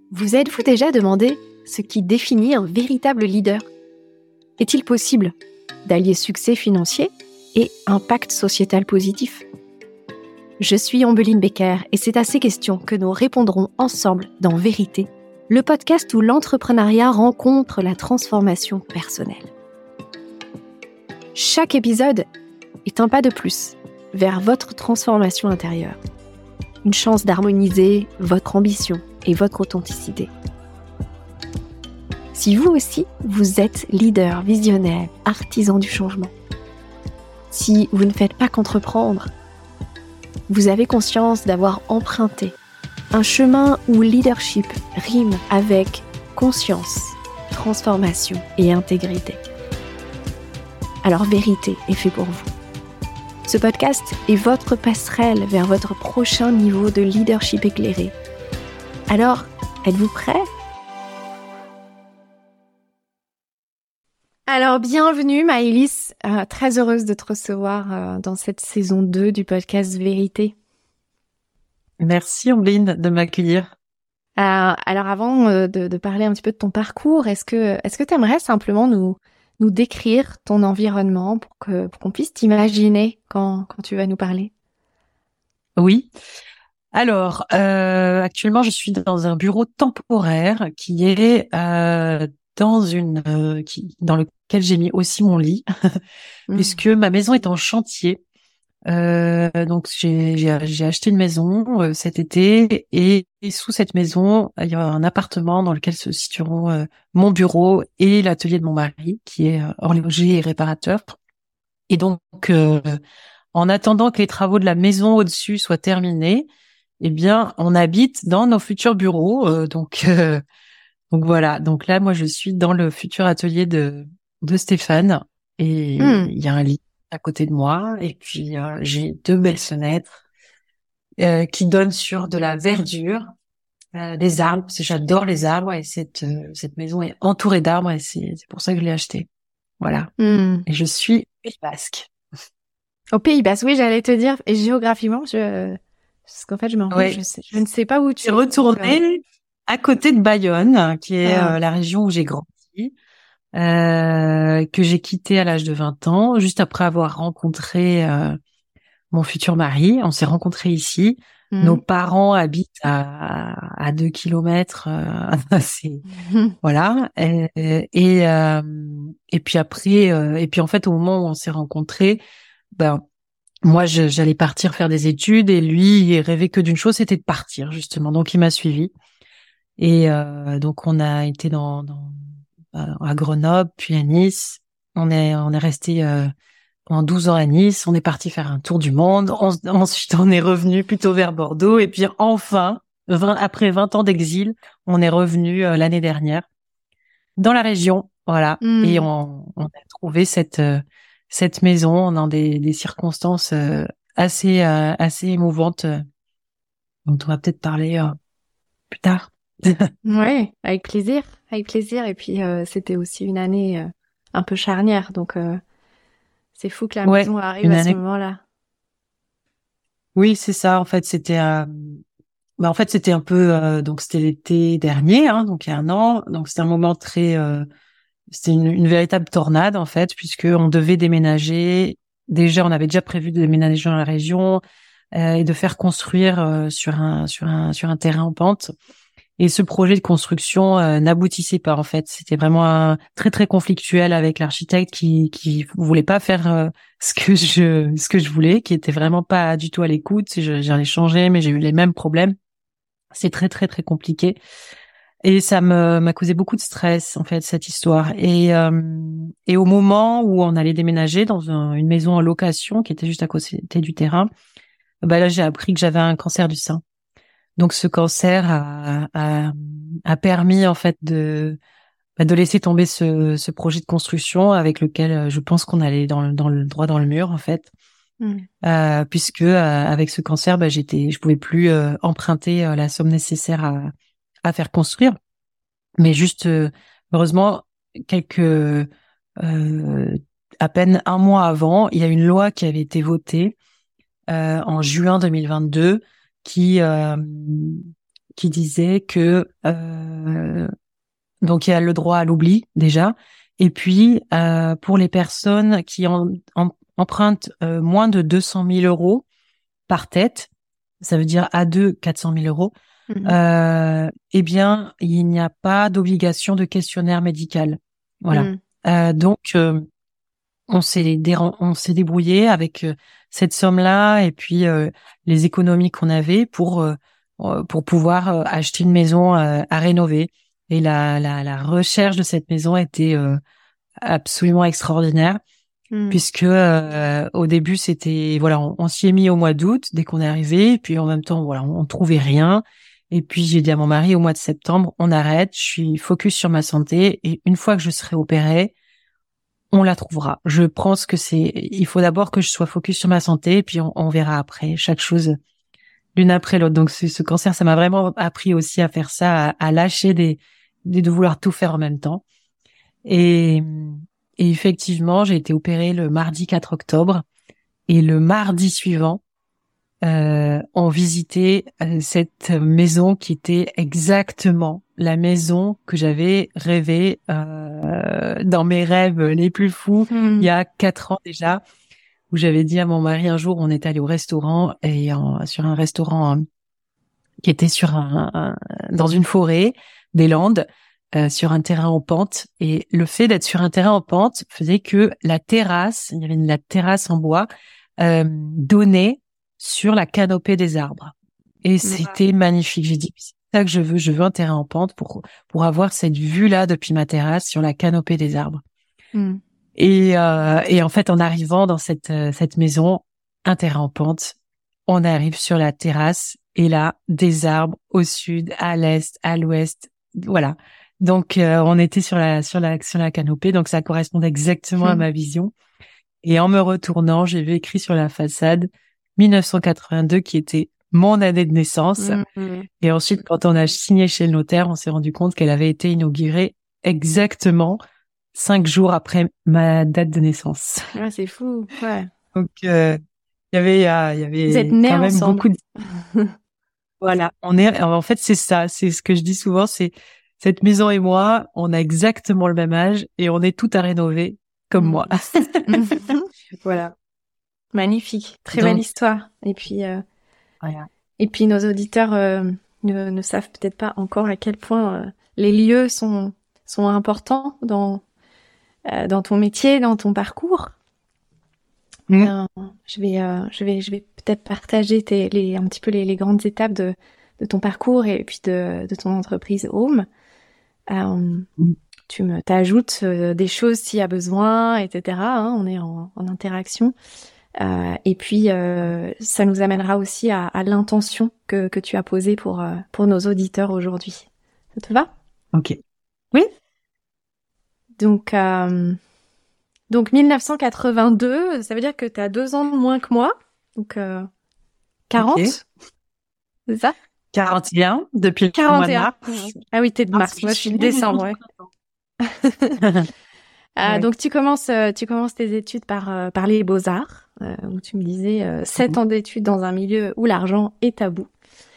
Vous êtes-vous déjà demandé ce qui définit un véritable leader ? Est-il possible d'allier succès financier et impact sociétal positif ? Je suis Ombeline Becker et c'est à ces questions que nous répondrons ensemble dans Vérité, le podcast où l'entrepreneuriat rencontre la transformation personnelle. Chaque épisode est un pas de plus vers votre transformation intérieure. Une chance d'harmoniser votre ambition et votre authenticité. Si vous aussi, vous êtes leader, visionnaire, artisan du changement, si vous ne faites pas qu'entreprendre, vous avez conscience d'avoir emprunté un chemin où leadership rime avec conscience, transformation et intégrité. Alors Vérité est fait pour vous. Ce podcast est votre passerelle vers votre prochain niveau de leadership éclairé. Alors, êtes-vous prêts ? Alors, bienvenue Maëlys, très heureuse de te recevoir dans cette saison 2 du podcast Vérité. Merci Ombeline de m'accueillir. Alors avant de parler un petit peu de ton parcours, est-ce que tu aimerais simplement nous décrire ton environnement pour qu'on puisse t'imaginer quand tu vas nous parler ? Oui. Alors, actuellement, je suis dans un bureau temporaire qui est dans lequel j'ai mis aussi mon lit, puisque ma maison est en chantier. Donc j'ai acheté une maison cet été et sous cette maison il y a un appartement dans lequel se situeront mon bureau et l'atelier de mon mari qui est horloger et réparateur. Et donc en attendant que les travaux de la maison au-dessus soient terminés, eh bien on habite dans nos futurs bureaux. Donc voilà. Donc là moi je suis dans le futur atelier de Stéphane et il y a un lit à côté de moi et puis j'ai 2 belles fenêtres qui donnent sur de la verdure, des arbres parce que j'adore les arbres et cette maison est entourée d'arbres et c'est pour ça que je l'ai achetée. Voilà. Et je suis au Pays Basque. Au Pays Basque, oui, j'allais te dire. Et géographiquement, parce qu'en fait, je me rends compte, je ne sais pas où tu es. Je suis retournée à côté de Bayonne, qui est la région où j'ai grandi. Que j'ai quitté à l'âge de 20 ans, juste après avoir rencontré mon futur mari. On s'est rencontrés ici. Nos parents habitent à 2 kilomètres. Voilà. Et puis après, et puis en fait, au moment où on s'est rencontrés, moi, j'allais partir faire des études et lui, il rêvait que d'une chose, c'était de partir justement. Donc, il m'a suivi. Et donc, on a été à Grenoble, puis à Nice. On est resté pendant 12 ans à Nice. On est parti faire un tour du monde. Ensuite, on est revenu plutôt vers Bordeaux. Et puis enfin, après 20 ans d'exil, on est revenu l'année dernière dans la région. Voilà. Et on a trouvé cette maison dans des circonstances assez émouvantes dont on va peut-être parler plus tard. Ouais, avec plaisir, avec plaisir. Et puis c'était aussi une année un peu charnière, donc c'est fou que la maison arrive à ce moment-là. Oui, c'est ça. En fait, c'était c'était un peu donc c'était l'été dernier, hein, donc il y a un an. Donc c'était un moment très c'était une véritable tornade en fait, puisque on devait déménager. Déjà, on avait déjà prévu de déménager dans la région et de faire construire sur un terrain en pente. Et ce projet de construction n'aboutissait pas en fait. C'était vraiment très très conflictuel avec l'architecte qui voulait pas faire ce que je voulais, qui était vraiment pas du tout à l'écoute. J'en ai changé, mais j'ai eu les mêmes problèmes. C'est très très très compliqué. Et ça m'a causé beaucoup de stress en fait cette histoire. Et au moment où on allait déménager dans une maison en location qui était juste à côté du terrain, là j'ai appris que j'avais un cancer du sein. Donc ce cancer a permis en fait de laisser tomber ce projet de construction avec lequel je pense qu'on allait droit dans le mur en fait. Puisque avec ce cancer je pouvais plus emprunter la somme nécessaire à faire construire, mais juste heureusement à peine un mois avant, il y a une loi qui avait été votée en juin 2022 qui qui disait que donc il y a le droit à l'oubli déjà, et puis pour les personnes qui empruntent moins de 200 000 euros par tête, ça veut dire à deux 400 000 euros, eh bien il n'y a pas d'obligation de questionnaire médical. Voilà. Donc on s'est débrouillé avec cette somme-là et puis les économies qu'on avait pour pouvoir acheter une maison à rénover. Et la recherche de cette maison était absolument extraordinaire, puisque au début c'était voilà, on s'y est mis au mois d'août dès qu'on est arrivé, et puis en même temps voilà, on trouvait rien. Et puis j'ai dit à mon mari au mois de septembre, on arrête, je suis focus sur ma santé, et une fois que je serai opérée, on la trouvera. Je pense que il faut d'abord que je sois focus sur ma santé, et puis on verra après, chaque chose l'une après l'autre. Donc ce cancer, ça m'a vraiment appris aussi à faire ça, à lâcher de vouloir tout faire en même temps. Et effectivement, j'ai été opérée le mardi 4 octobre, et le mardi suivant, on visitait cette maison qui était exactement la maison que j'avais rêvé dans mes rêves les plus fous il y a 4 ans déjà, où j'avais dit à mon mari un jour, on est allé au restaurant et sur un restaurant qui était dans une forêt des Landes, sur un terrain en pente, et le fait d'être sur un terrain en pente faisait que la terrasse, il y avait la terrasse en bois, donnait sur la canopée des arbres. Et c'était magnifique. J'ai dit, c'est ça que je veux un terrain en pente pour avoir cette vue-là depuis ma terrasse sur la canopée des arbres. Et en fait, en arrivant dans cette maison, un terrain en pente, on arrive sur la terrasse, et là, des arbres au sud, à l'est, à l'ouest, voilà. Donc, on était sur la canopée, donc ça correspondait exactement à ma vision. Et en me retournant, j'ai vu écrit sur la façade 1982, qui était mon année de naissance. Et ensuite, quand on a signé chez le notaire, on s'est rendu compte qu'elle avait été inaugurée exactement 5 jours après ma date de naissance. Ouais, c'est fou. Ouais. Donc, il y avait Vous êtes nés quand même ensemble. beaucoup de... Voilà, en fait, c'est ça, c'est ce que je dis souvent, c'est cette maison et moi, on a exactement le même âge et on est tout à rénover comme moi. Voilà. Magnifique, très belle histoire. Et puis, voilà. Et puis nos auditeurs ne savent peut-être pas encore à quel point les lieux sont importants dans ton métier, dans ton parcours. Je vais peut-être partager un petit peu les grandes étapes de ton parcours et puis de ton entreprise Home. Tu t'ajoutes des choses s'il y a besoin, etc. On est en interaction. Et puis, ça nous amènera aussi à l'intention que tu as posée pour nos auditeurs aujourd'hui. Ça te va? Ok. Oui. Donc 1982, ça veut dire que tu as 2 ans de moins que moi. Donc 40, okay. C'est ça? 41 depuis le 41. mois de mars. Ah oui, t'es de mars. Moi, je suis de décembre. Ouais. Donc tu commences tes études par les Beaux-Arts, où tu me disais 7 ans d'études dans un milieu où l'argent est tabou.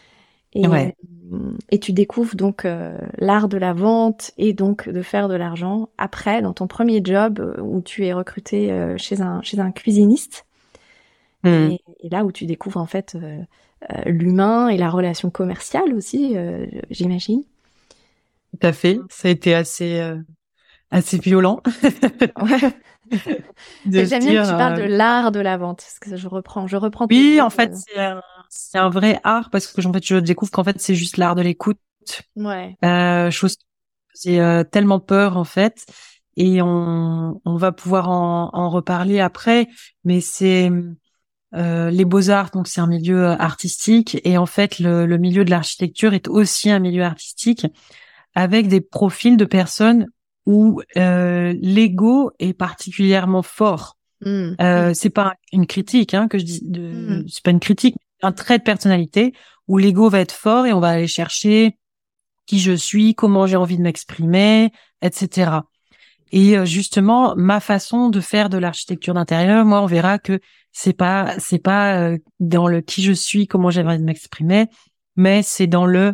Et tu découvres donc l'art de la vente et donc de faire de l'argent après dans ton premier job où tu es recruté chez un cuisiniste. Et là où tu découvres en fait l'humain et la relation commerciale aussi, j'imagine. Tout à fait. Ça a été assez violent. Ouais. J'aime bien que tu parles de l'art de la vente, parce que je reprends. Oui, en fait, c'est un vrai art, parce que en fait, je découvre qu'en fait, c'est juste l'art de l'écoute. Ouais. Chose qui faisait tellement peur, en fait. Et on va pouvoir en reparler après, mais c'est les beaux-arts, donc c'est un milieu artistique, et en fait, le milieu de l'architecture est aussi un milieu artistique, avec des profils de personnes où l'ego est particulièrement fort. C'est pas une critique que je dis, c'est pas une critique, mais un trait de personnalité où l'ego va être fort et on va aller chercher qui je suis, comment j'ai envie de m'exprimer, etc. Et justement, ma façon de faire de l'architecture d'intérieur, moi, on verra que c'est pas dans le qui je suis, comment j'ai envie de m'exprimer, mais c'est dans le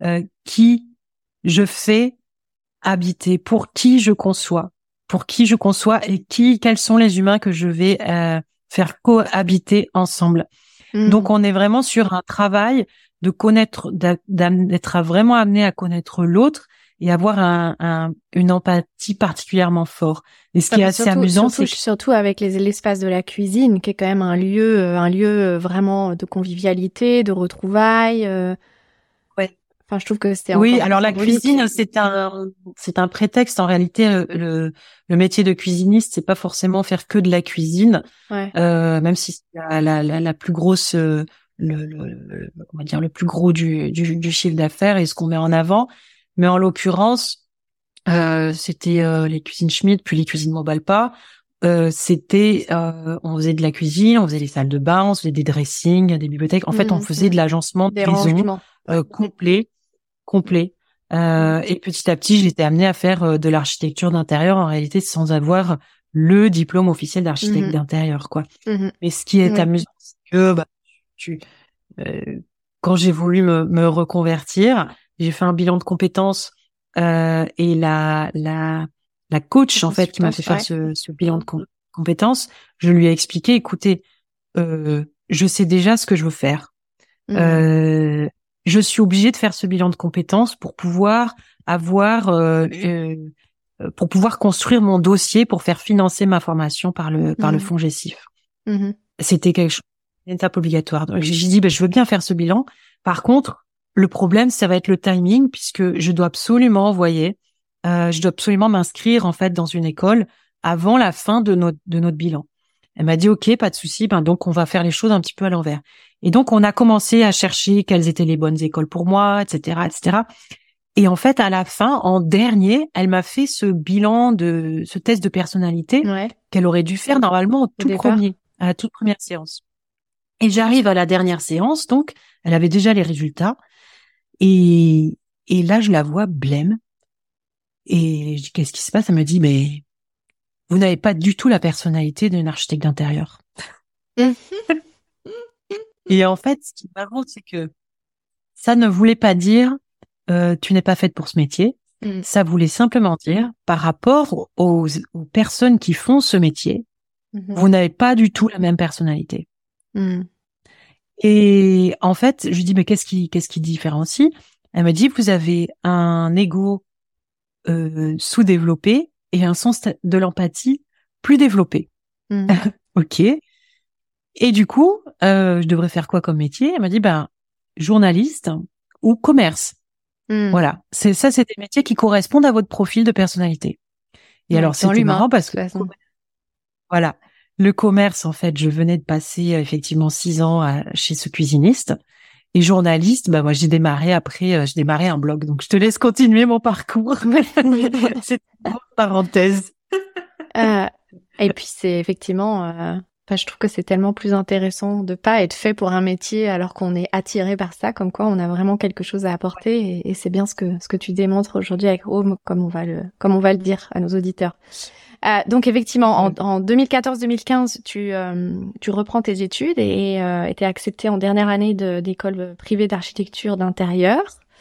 qui je fais habiter, pour qui je conçois et quels sont les humains que je vais faire cohabiter ensemble. Donc, on est vraiment sur un travail de connaître, d'être vraiment amené à connaître l'autre et avoir une empathie particulièrement forte. Et ce qui est assez amusant, c'est surtout avec l'espace de la cuisine, qui est quand même un lieu vraiment de convivialité, de retrouvailles. Ouais. Enfin, je trouve que c'était oui. encore Alors la symbolique. cuisine, c'est un prétexte. En réalité, le métier de cuisiniste, c'est pas forcément faire que de la cuisine. Ouais. Même si c'est la plus grosse, on va dire le plus gros du chiffre d'affaires et ce qu'on met en avant. Mais en l'occurrence, c'était les cuisines Schmidt, puis les cuisines Mobalpa. On faisait de la cuisine, on faisait les salles de bain, on faisait des dressings, des bibliothèques. En fait, on faisait de l'agencement de maison complet. Et petit à petit, j'étais amenée à faire de l'architecture d'intérieur, en réalité, sans avoir le diplôme officiel d'architecte d'intérieur, quoi. Mais ce qui est amusant, c'est que quand j'ai voulu me reconvertir, j'ai fait un bilan de compétences et la coach en fait qui m'a fait faire ce bilan de compétences, je lui ai expliqué, écoutez, je sais déjà ce que je veux faire. Je suis obligée de faire ce bilan de compétences pour pouvoir pour pouvoir construire mon dossier pour faire financer ma formation par le fonds GESIF. C'était quelque chose, une étape obligatoire. Donc j'ai dit, je veux bien faire ce bilan. Par contre, le problème, ça va être le timing, puisque je dois absolument m'inscrire en fait dans une école avant la fin de notre bilan. Elle m'a dit, OK, pas de souci. Donc on va faire les choses un petit peu à l'envers. Et donc on a commencé à chercher quelles étaient les bonnes écoles pour moi, etc., etc. Et en fait, à la fin, en dernier, elle m'a fait ce test de personnalité qu'elle aurait dû faire normalement à la toute première séance. Et j'arrive à la dernière séance, donc elle avait déjà les résultats. Et là, je la vois blême. Et je dis, qu'est-ce qui se passe? Elle me dit, mais vous n'avez pas du tout la personnalité d'une architecte d'intérieur. Et en fait, ce qui est marrant, c'est que ça ne voulait pas dire tu n'es pas faite pour ce métier. Ça voulait simplement dire, par rapport aux personnes qui font ce métier, vous n'avez pas du tout la même personnalité. Et en fait, je lui dis, mais qu'est-ce qui différencie? Elle me dit, vous avez un ego sous-développé et un sens de l'empathie plus développé. OK. Et du coup, je devrais faire quoi comme métier? Elle m'a dit, journaliste ou commerce. Voilà. C'est des métiers qui correspondent à votre profil de personnalité. Et alors, c'était marrant parce que, voilà. Le commerce, en fait, je venais de passer effectivement 6 ans chez ce cuisiniste. Et journaliste, moi, j'ai démarré un blog. Donc, je te laisse continuer mon parcours. C'est une parenthèse. Et puis, c'est effectivement, je trouve que c'est tellement plus intéressant de pas être fait pour un métier alors qu'on est attiré par ça, comme quoi on a vraiment quelque chose à apporter. Et c'est bien ce que tu démontres aujourd'hui avec Home, comme on va le dire à nos auditeurs. Donc effectivement, en 2014-2015, tu reprends tes études et t'es acceptée en dernière année d'école privée d'architecture d'intérieur.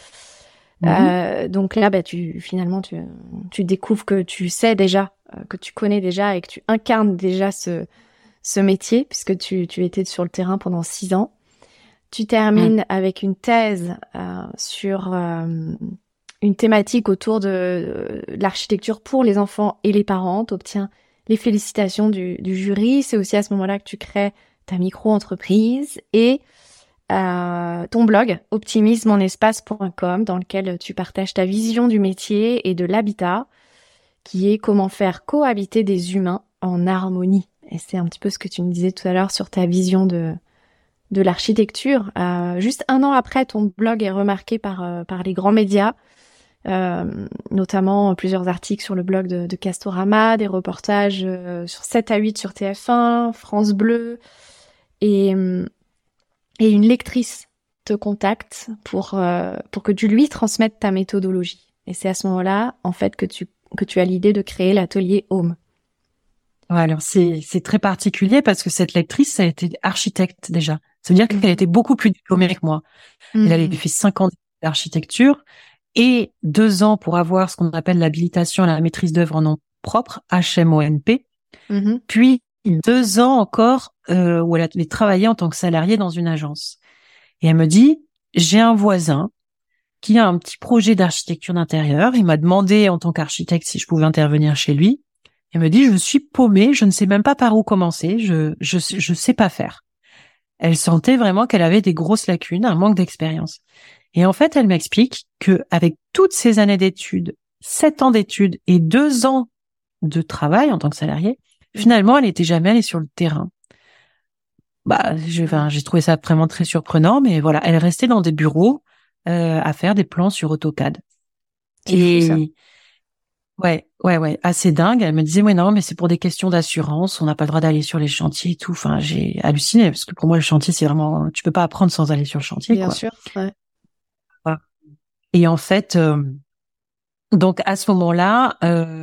Donc là, tu découvres que tu sais déjà, que tu connais déjà et que tu incarnes déjà ce métier, puisque tu étais sur le terrain pendant 6 ans. Tu termines avec une thèse sur une thématique autour de l'architecture pour les enfants et les parents. Tu obtiens les félicitations du jury. C'est aussi à ce moment-là que tu crées ta micro-entreprise et ton blog optimismemonespace.com, dans lequel tu partages ta vision du métier et de l'habitat, qui est comment faire cohabiter des humains en harmonie. Et c'est un petit peu ce que tu me disais tout à l'heure sur ta vision de l'architecture. Juste 1 an après, ton blog est remarqué par les grands médias, notamment plusieurs articles sur le blog de Castorama, des reportages sur 7 à 8 sur TF1, France Bleu, et une lectrice te contacte pour que tu lui transmettes ta méthodologie. Et c'est à ce moment-là, en fait, que tu as l'idée de créer l'atelier Home. Ouais, alors c'est très particulier parce que cette lectrice, elle était architecte déjà. Ça veut dire qu'elle était beaucoup plus diplômée que moi. Elle avait fait 5 ans d'architecture et 2 ans pour avoir ce qu'on appelle l'habilitation à la maîtrise d'œuvre en nom propre, HMONP, puis 2 ans encore où elle avait travaillé en tant que salariée dans une agence. Et elle me dit, j'ai un voisin qui a un petit projet d'architecture d'intérieur. Il m'a demandé en tant qu'architecte si je pouvais intervenir chez lui. Elle me dit, je suis paumée, je ne sais même pas par où commencer, je sais pas faire. Elle sentait vraiment qu'elle avait des grosses lacunes, un manque d'expérience. Et en fait, elle m'explique que avec toutes ces années d'études, 7 ans d'études et 2 ans de travail en tant que salariée, finalement, elle n'était jamais allée sur le terrain. J'ai trouvé ça vraiment très surprenant, mais voilà, elle restait dans des bureaux à faire des plans sur AutoCAD. C'est fou, ça. Ouais, assez dingue. Elle me disait, ouais, non, mais c'est pour des questions d'assurance, on n'a pas le droit d'aller sur les chantiers et tout. Enfin, j'ai halluciné, parce que pour moi, le chantier, c'est vraiment, tu peux pas apprendre sans aller sur le chantier, Bien quoi. sûr, ouais. Voilà. Et en fait, donc à ce moment-là,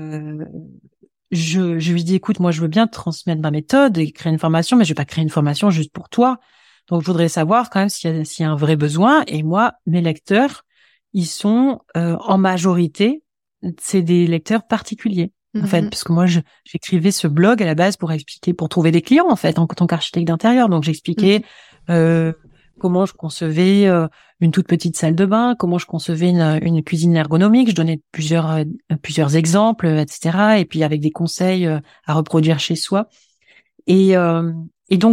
je lui dis, écoute, moi, je veux bien te transmettre ma méthode et créer une formation, mais je vais pas créer une formation juste pour toi. Donc, je voudrais savoir quand même s'il y a un vrai besoin. Et moi, mes lecteurs, ils sont en majorité, c'est des lecteurs particuliers, en fait, parce que moi, j'écrivais ce blog à la base pour expliquer, pour trouver des clients, en fait, en tant qu'architecte d'intérieur. Donc, j'expliquais comment je concevais une toute petite salle de bain, comment je concevais une cuisine ergonomique. Je donnais plusieurs exemples, etc. Et puis avec des conseils à reproduire chez soi. Et donc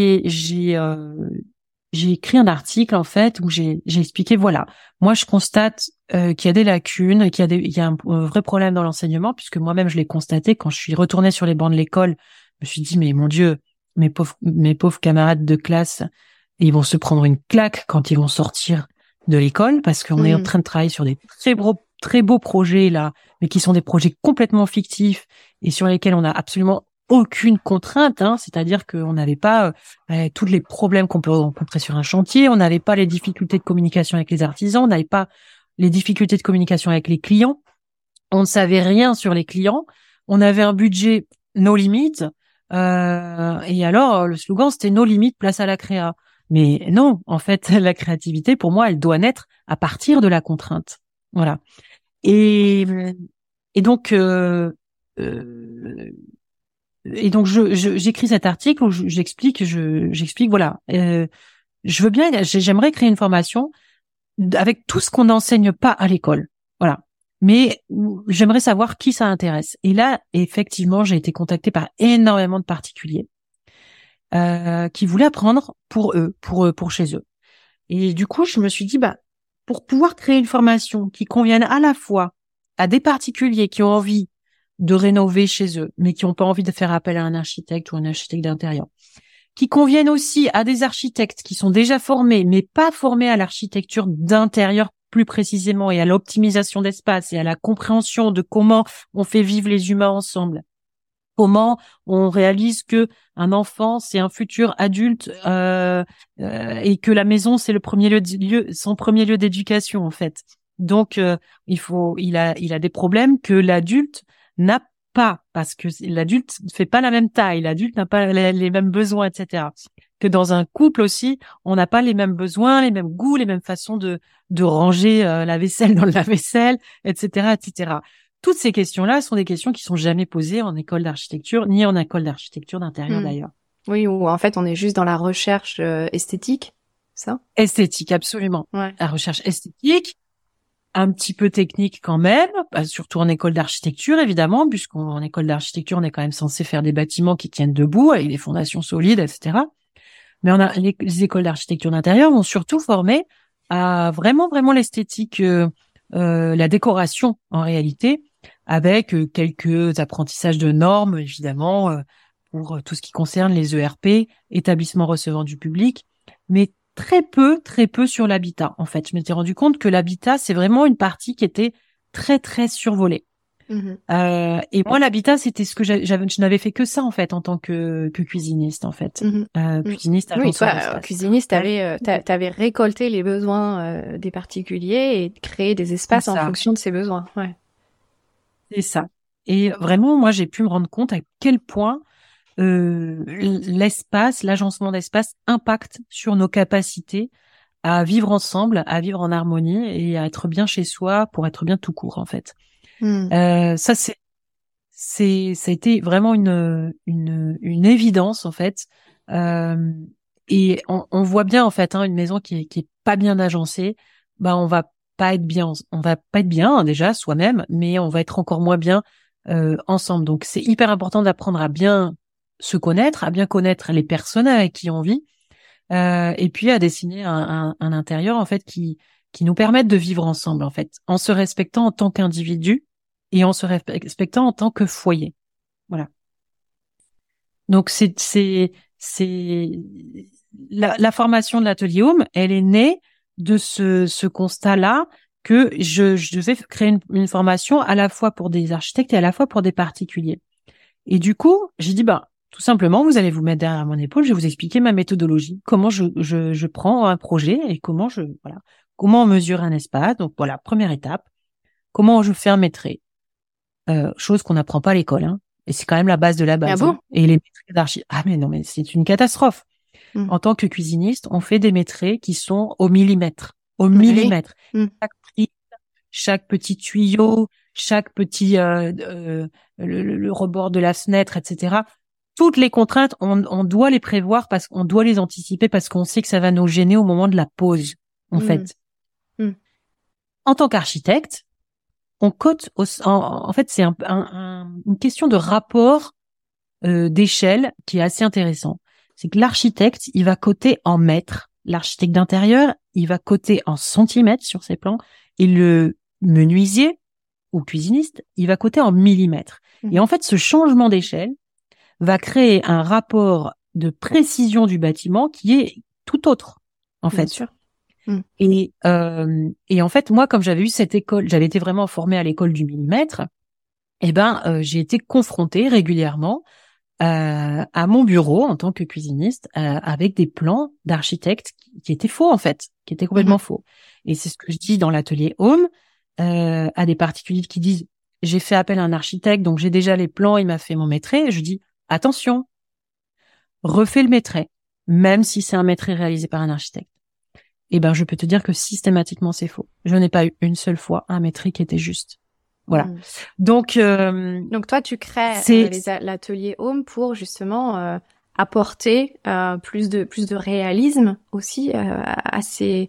j'ai écrit un article en fait où j'ai expliqué, voilà, moi je constate qu'il y a des lacunes, il y a un vrai problème dans l'enseignement, puisque moi-même je l'ai constaté quand je suis retournée sur les bancs de l'école. Je me suis dit, mais mon Dieu, mes pauvres camarades de classe, ils vont se prendre une claque quand ils vont sortir de l'école, parce qu'on est en train de travailler sur des très beaux projets là, mais qui sont des projets complètement fictifs et sur lesquels on n'a absolument aucune contrainte, hein. C'est-à-dire qu'on n'avait pas tous les problèmes qu'on peut rencontrer sur un chantier, on n'avait pas les difficultés de communication avec les artisans, on n'avait pas les difficultés de communication avec les clients, on ne savait rien sur les clients, on avait un budget no limites, et alors le slogan c'était no limites, place à la créa. Mais non, en fait, la créativité, pour moi, elle doit naître à partir de la contrainte. Voilà. Et, et donc, j'écris cet article où j'explique, voilà, je veux bien, j'aimerais créer une formation avec tout ce qu'on n'enseigne pas à l'école. Voilà. Mais j'aimerais savoir qui ça intéresse. Et là, effectivement, j'ai été contactée par énormément de particuliers qui voulaient apprendre pour eux, pour chez eux. Et du coup, je me suis dit, pour pouvoir créer une formation qui convienne à la fois à des particuliers qui ont envie de rénover chez eux, mais qui n'ont pas envie de faire appel à un architecte ou un architecte d'intérieur, qui conviennent aussi à des architectes qui sont déjà formés, mais pas formés à l'architecture d'intérieur plus précisément et à l'optimisation d'espace et à la compréhension de comment on fait vivre les humains ensemble. Comment on réalise que un enfant c'est un futur adulte et que la maison c'est son premier lieu d'éducation en fait. Donc il a des problèmes que l'adulte n'a pas parce que l'adulte ne fait pas la même taille, l'adulte n'a pas les mêmes besoins, etc. Que dans un couple aussi, on n'a pas les mêmes besoins, les mêmes goûts, les mêmes façons de ranger la vaisselle dans le lave-vaisselle, etc., etc. Toutes ces questions-là sont des questions qui sont jamais posées en école d'architecture, ni en école d'architecture d'intérieur d'ailleurs. Oui, ou en fait, on est juste dans la recherche esthétique, ça? Esthétique, absolument. Ouais. La recherche esthétique, un petit peu technique quand même, surtout en école d'architecture évidemment, puisqu'en école d'architecture, on est quand même censé faire des bâtiments qui tiennent debout, avec des fondations solides, etc. Mais les écoles d'architecture d'intérieur vont surtout former à vraiment l'esthétique, la décoration en réalité, avec quelques apprentissages de normes, évidemment, pour tout ce qui concerne les ERP, établissements recevant du public, mais très peu sur l'habitat. En fait, je m'étais rendu compte que l'habitat, c'est vraiment une partie qui était très survolée. Et moi, l'habitat, c'était ce que je n'avais fait que ça, en fait, en tant que cuisiniste, en fait. Cuisiniste, agenceur Oui, toi, d'espace. cuisiniste, t'avais récolté les besoins des particuliers et créé des espaces en fonction de ces besoins. Ouais. C'est ça. Et vraiment, moi, j'ai pu me rendre compte à quel point l'espace, l'agencement d'espace impacte sur nos capacités à vivre ensemble, à vivre en harmonie et à être bien chez soi pour être bien tout court en fait. Ça ça a été vraiment une évidence en fait. Et on voit bien en fait une maison qui est pas bien agencée, bah on va pas être bien déjà soi-même, mais on va être encore moins bien ensemble. Donc c'est hyper important d'apprendre à bien se connaître, à bien connaître les personnes avec qui on vit, et puis à dessiner un intérieur en fait qui nous permette de vivre ensemble en fait, en se respectant en tant qu'individu et en se respectant en tant que foyer. Voilà. Donc c'est la formation de l'atelier Home, elle est née de ce constat-là que je devais créer une formation à la fois pour des architectes et à la fois pour des particuliers. Et du coup, j'ai dit tout simplement, vous allez vous mettre derrière mon épaule, je vais vous expliquer ma méthodologie, comment je prends un projet et comment on mesure un espace. Donc voilà, première étape, comment je fais un métré. Chose qu'on n'apprend pas à l'école, hein. Et c'est quand même la base de la base. Ah bon? Hein. Et les métrés d'archi. Ah mais non, mais c'est une catastrophe. En tant que cuisiniste, on fait des métrés qui sont au millimètre. Au millimètre. Chaque prise, chaque petit tuyau, chaque petit le rebord de la fenêtre, etc. Toutes les contraintes, on doit les prévoir parce qu'on doit les anticiper parce qu'on sait que ça va nous gêner au moment de la pause, en fait. En tant qu'architecte, on cote en fait, c'est une question de rapport d'échelle qui est assez intéressant. C'est que l'architecte, il va coter en mètres. L'architecte d'intérieur, il va coter en centimètres sur ses plans. Et le menuisier ou cuisiniste, il va coter en millimètres. Et en fait, ce changement d'échelle va créer un rapport de précision du bâtiment qui est tout autre, en fait. Bien sûr. Et en fait, moi, comme j'avais eu cette école, j'avais été vraiment formée à l'école du millimètre, j'ai été confrontée régulièrement à mon bureau en tant que cuisiniste avec des plans d'architectes qui étaient faux, en fait, qui étaient complètement faux. Et c'est ce que je dis dans l'atelier Home à des particuliers qui disent j'ai fait appel à un architecte, donc j'ai déjà les plans, il m'a fait mon métré. Je dis attention, refais le métré, même si c'est un métré réalisé par un architecte. Je peux te dire que systématiquement c'est faux. Je n'ai pas eu une seule fois un métré qui était juste. Voilà. Donc toi, tu crées l'atelier Home pour justement apporter plus de réalisme aussi à ces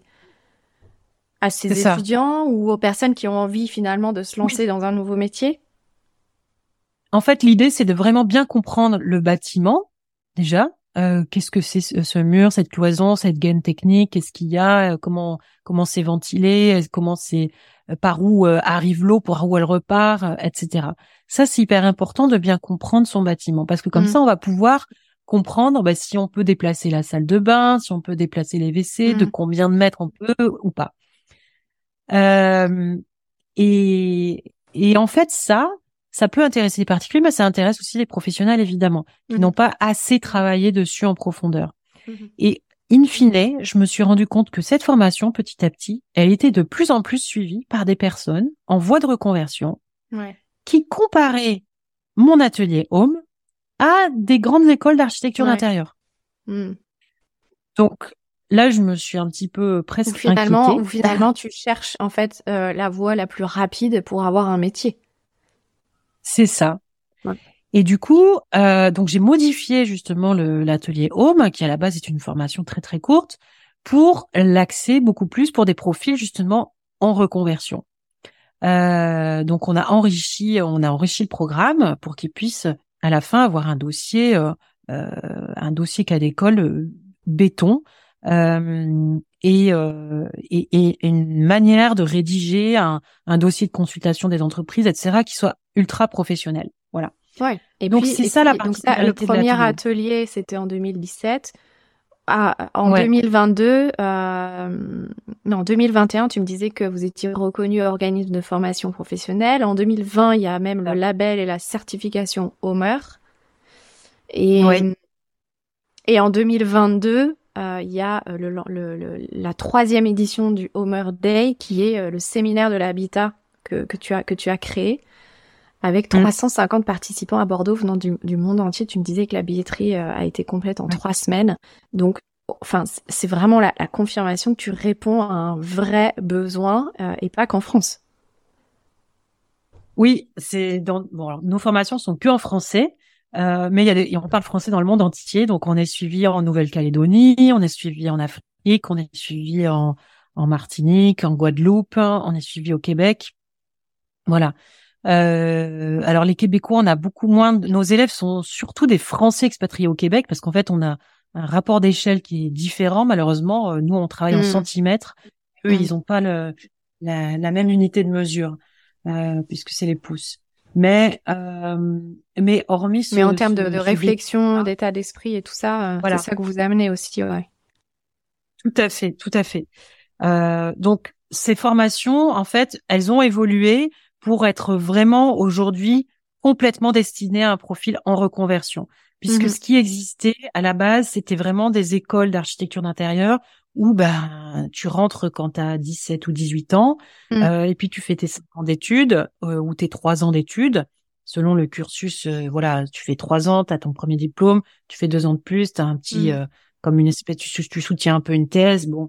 étudiants ou aux personnes qui ont envie finalement de se lancer dans un nouveau métier. En fait, l'idée, c'est de vraiment bien comprendre le bâtiment déjà. Qu'est-ce que c'est ce mur, cette cloison, cette gaine technique, qu'est-ce qu'il y a, comment c'est ventilé, comment c'est par où arrive l'eau, par où elle repart, etc. Ça, c'est hyper important de bien comprendre son bâtiment parce que comme ça, on va pouvoir comprendre si on peut déplacer la salle de bain, si on peut déplacer les WC, de combien de mètres on peut ou pas. Et en fait, ça peut intéresser les particuliers, mais ça intéresse aussi les professionnels, évidemment, qui n'ont pas assez travaillé dessus en profondeur. Et in fine, je me suis rendu compte que cette formation, petit à petit, elle était de plus en plus suivie par des personnes en voie de reconversion qui comparaient mon atelier Home à des grandes écoles d'architecture d'intérieur. Donc là, je me suis un petit peu presque inquiétée. Ou finalement, tu cherches en fait la voie la plus rapide pour avoir un métier. C'est ça. Et du coup, donc j'ai modifié justement l'atelier Home, qui à la base est une formation très très courte, pour l'axer beaucoup plus pour des profils justement en reconversion. Donc on a enrichi le programme pour qu'ils puissent à la fin avoir un dossier cas d'école béton et une manière de rédiger un dossier de consultation des entreprises, etc., qui soit ultra professionnel. Voilà. Ouais. Et donc puis, c'est ça la particularité. Le premier atelier, c'était en 2017. En 2022, en 2021, tu me disais que vous étiez reconnu organisme de formation professionnelle. En 2020, il y a même le label et la certification Homer. Et en 2022, il y a la 3e édition du Homer Day, qui est le séminaire de l'habitat que tu as créé. Avec 350 participants à Bordeaux venant du monde entier. Tu me disais que la billetterie a été complète en 3 semaines. Donc, enfin, c'est vraiment la confirmation que tu réponds à un vrai besoin et pas qu'en France. Oui, alors, nos formations sont que en français, mais on parle français dans le monde entier. Donc, on est suivi en Nouvelle-Calédonie, on est suivi en Afrique, on est suivi en Martinique, en Guadeloupe, on est suivi au Québec. Voilà. Alors, les Québécois, on a beaucoup moins. Nos élèves sont surtout des Français expatriés au Québec, parce qu'en fait, on a un rapport d'échelle qui est différent. Malheureusement, nous, on travaille en centimètres. Eux, ils n'ont pas la même unité de mesure. Puisque c'est les pouces. Mais hormis Mais en termes de réflexion, d'état d'esprit et tout ça, voilà. c'est ça que vous amenez aussi, ouais. Tout à fait, tout à fait. Donc ces formations, en fait, elles ont évolué pour être vraiment aujourd'hui complètement destinées à un profil en reconversion. Puisque ce qui existait à la base, c'était vraiment des écoles d'architecture d'intérieur où tu rentres quand tu as 17 ou 18 ans et puis tu fais tes 5 ans d'études ou tes 3 ans d'études. Selon le cursus, voilà, tu fais 3 ans, tu as ton premier diplôme, tu fais 2 ans de plus, tu as un petit comme une espèce, tu soutiens un peu une thèse, bon.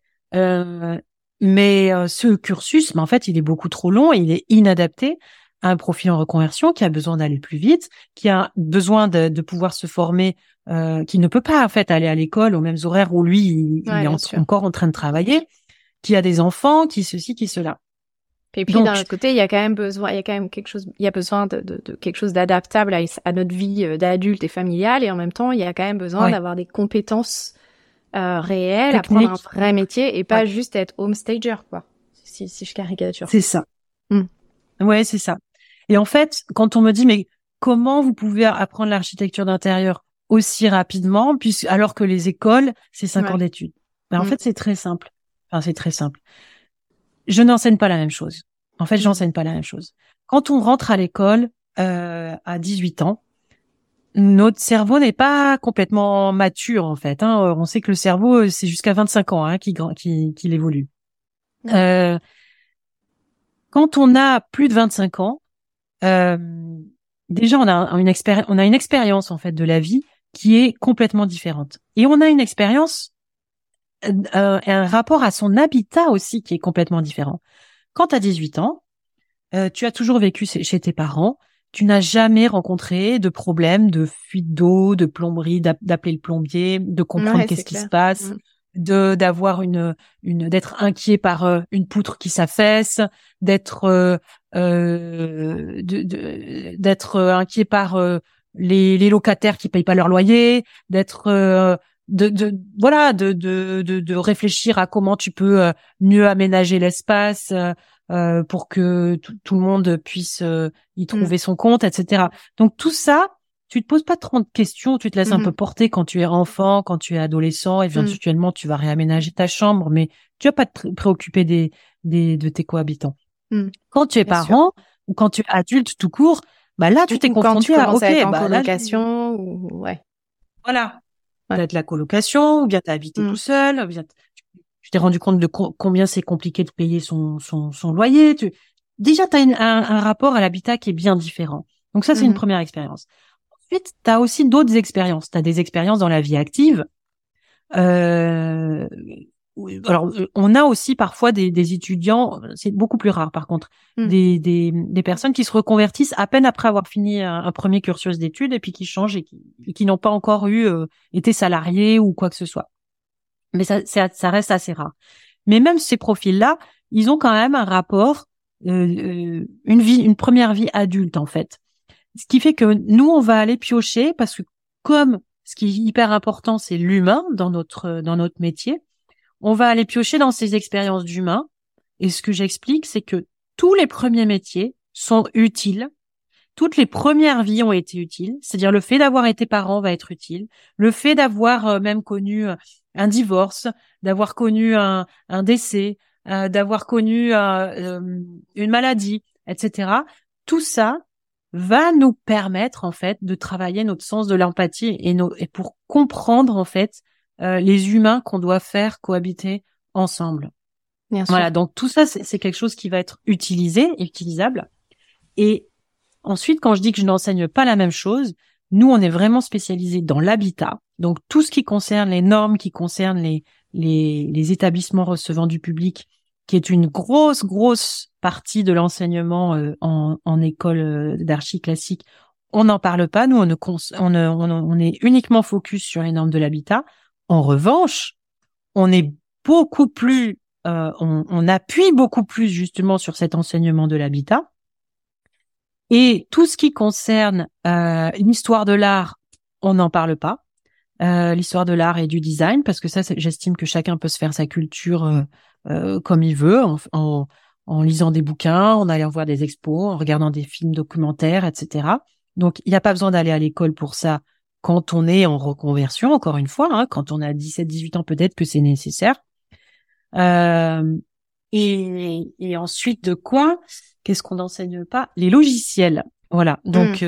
Mais ce cursus, en fait, il est beaucoup trop long et il est inadapté à un profil en reconversion qui a besoin d'aller plus vite, qui a besoin de pouvoir se former, qui ne peut pas en fait aller à l'école aux mêmes horaires où lui il est encore en train de travailler, qui a des enfants, qui ceci, qui cela. Et puis d'un autre côté, il y a quand même besoin de quelque chose d'adaptable à notre vie d'adulte et familiale, et en même temps, il y a quand même besoin d'avoir des compétences réelles, apprendre un vrai métier et pas juste être home stager, quoi. Si je caricature. C'est ça. Ouais, c'est ça. Et en fait, quand on me dit mais comment vous pouvez apprendre l'architecture d'intérieur aussi rapidement, alors que les écoles, c'est 5 ans d'études. En fait, c'est très simple. Enfin, c'est très simple. Je n'enseigne pas la même chose. En fait, j'enseigne pas la même chose. Quand on rentre à l'école à 18 ans, notre cerveau n'est pas complètement mature, en fait. On sait que le cerveau, c'est jusqu'à 25 ans qu'il évolue. Quand on a plus de 25 ans, déjà, on a une expérience, en fait, de la vie qui est complètement différente. Et on a une expérience, un rapport à son habitat aussi qui est complètement différent. Quand tu as 18 ans, tu as toujours vécu chez tes parents, tu n'as jamais rencontré de problème de fuite d'eau, de plomberie, d'appeler le plombier, de comprendre qu'est-ce qui se passe, d'être inquiet par une poutre qui s'affaisse, d'être inquiet par les locataires qui payent pas leur loyer, de réfléchir à comment tu peux mieux aménager l'espace pour que tout le monde puisse y trouver son compte, etc. Donc tout ça, tu te poses pas trop de questions, tu te laisses un peu porter quand tu es enfant, quand tu es adolescent, éventuellement tu vas réaménager ta chambre, mais tu vas pas te préoccuper de tes cohabitants. Quand tu es parent ou quand tu es adulte tout court, là tu t'es confronté à être en colocation ou voilà. Peut-être la colocation, ou bien t'as habité tout seul, ou bien tu t'es rendu compte de combien c'est compliqué de payer son loyer. Déjà, tu as un rapport à l'habitat qui est bien différent. Donc ça, c'est une première expérience. Ensuite, tu as aussi d'autres expériences. Tu as des expériences dans la vie active. Alors, on a aussi parfois des étudiants, c'est beaucoup plus rare par contre, des personnes qui se reconvertissent à peine après avoir fini un premier cursus d'études et puis qui changent et qui n'ont pas encore été salariés ou quoi que ce soit. Mais ça reste assez rare. Mais même ces profils-là, ils ont quand même un rapport, une première vie adulte en fait. Ce qui fait que nous, on va aller piocher parce que comme ce qui est hyper important, c'est l'humain dans notre métier, on va aller piocher dans ces expériences d'humain. Et ce que j'explique, c'est que tous les premiers métiers sont utiles. Toutes les premières vies ont été utiles. C'est-à-dire le fait d'avoir été parent va être utile. Le fait d'avoir même connu un divorce, d'avoir connu un décès, d'avoir connu une maladie, etc. Tout ça va nous permettre en fait de travailler notre sens de l'empathie et pour comprendre en fait les humains qu'on doit faire cohabiter ensemble. Bien sûr. Voilà, donc tout ça c'est quelque chose qui va être utilisable. Et ensuite, quand je dis que je n'enseigne pas la même chose, nous on est vraiment spécialisés dans l'habitat. Donc tout ce qui concerne les normes, qui concerne les établissements recevant du public, qui est une grosse partie de l'enseignement en école d'archi classique, on n'en parle pas. Nous, on est uniquement focus sur les normes de l'habitat. En revanche, on est beaucoup plus, on appuie beaucoup plus justement sur cet enseignement de l'habitat. Et tout ce qui concerne l'histoire de l'art, on n'en parle pas. L'histoire de l'art et du design, parce que ça, j'estime que chacun peut se faire sa culture comme il veut, en lisant des bouquins, en allant voir des expos, en regardant des films documentaires, etc. Donc, il n'y a pas besoin d'aller à l'école pour ça quand on est en reconversion, encore une fois, hein, quand on a 17-18 ans, peut-être que c'est nécessaire. Et ensuite, de quoi? Qu'est-ce qu'on n'enseigne pas? Les logiciels. Voilà. Donc,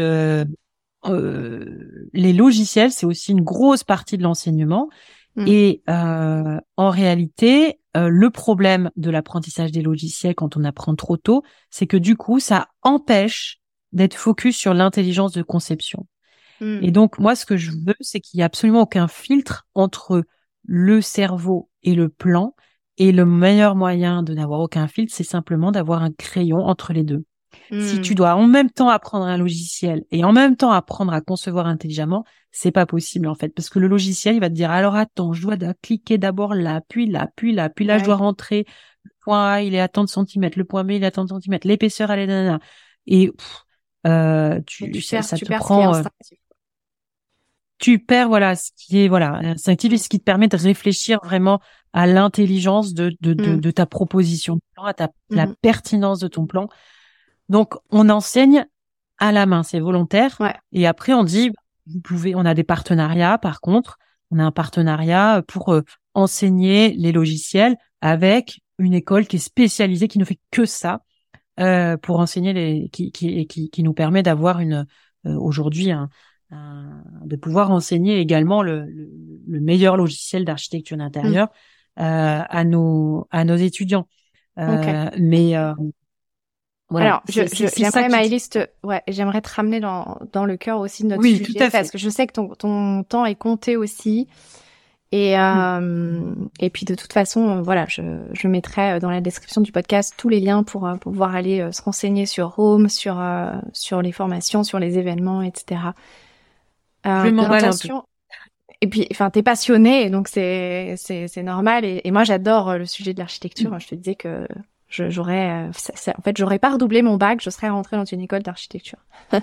les logiciels, c'est aussi une grosse partie de l'enseignement. Et en réalité, le problème de l'apprentissage des logiciels quand on apprend trop tôt, c'est que du coup, ça empêche d'être focus sur l'intelligence de conception. Et donc, moi, ce que je veux, c'est qu'il n'y ait absolument aucun filtre entre le cerveau et le plan. Et le meilleur moyen de n'avoir aucun filtre, c'est simplement d'avoir un crayon entre les deux. Si tu dois en même temps apprendre un logiciel et en même temps apprendre à concevoir intelligemment, c'est pas possible en fait, parce que le logiciel, il va te dire alors attends, je dois cliquer d'abord là, puis là, puis là, puis là, je dois rentrer le point A, il est à tant de centimètres, le point B, il est à tant de centimètres, l'épaisseur, elle est nanana. Et ça te prend. Tu perds voilà ce qui est instinctif et ce qui te permet de réfléchir vraiment à l'intelligence de ta proposition de plan, à la pertinence de ton plan. Donc, on enseigne à la main, c'est volontaire. Ouais. Et après, on dit, on a des partenariats, par contre, on a un partenariat pour enseigner les logiciels avec une école qui est spécialisée, qui ne fait que ça, pour enseigner qui nous permet d'avoir aujourd'hui de pouvoir enseigner également le meilleur logiciel d'architecture d'intérieur à nos étudiants. Mais voilà. Alors, j'aimerais, Maëlys, j'aimerais te ramener dans le cœur aussi de notre sujet, tout à fait. Parce que je sais que ton temps est compté aussi. Et puis de toute façon, voilà, je mettrai dans la description du podcast tous les liens pour pouvoir aller se renseigner sur Home, sur les formations, sur les événements, etc. Je vais m'emballer un peu. Et puis, enfin, t'es passionnée, donc c'est normal. Et moi, j'adore le sujet de l'architecture. Je te disais que j'aurais pas redoublé mon bac, je serais rentrée dans une école d'architecture.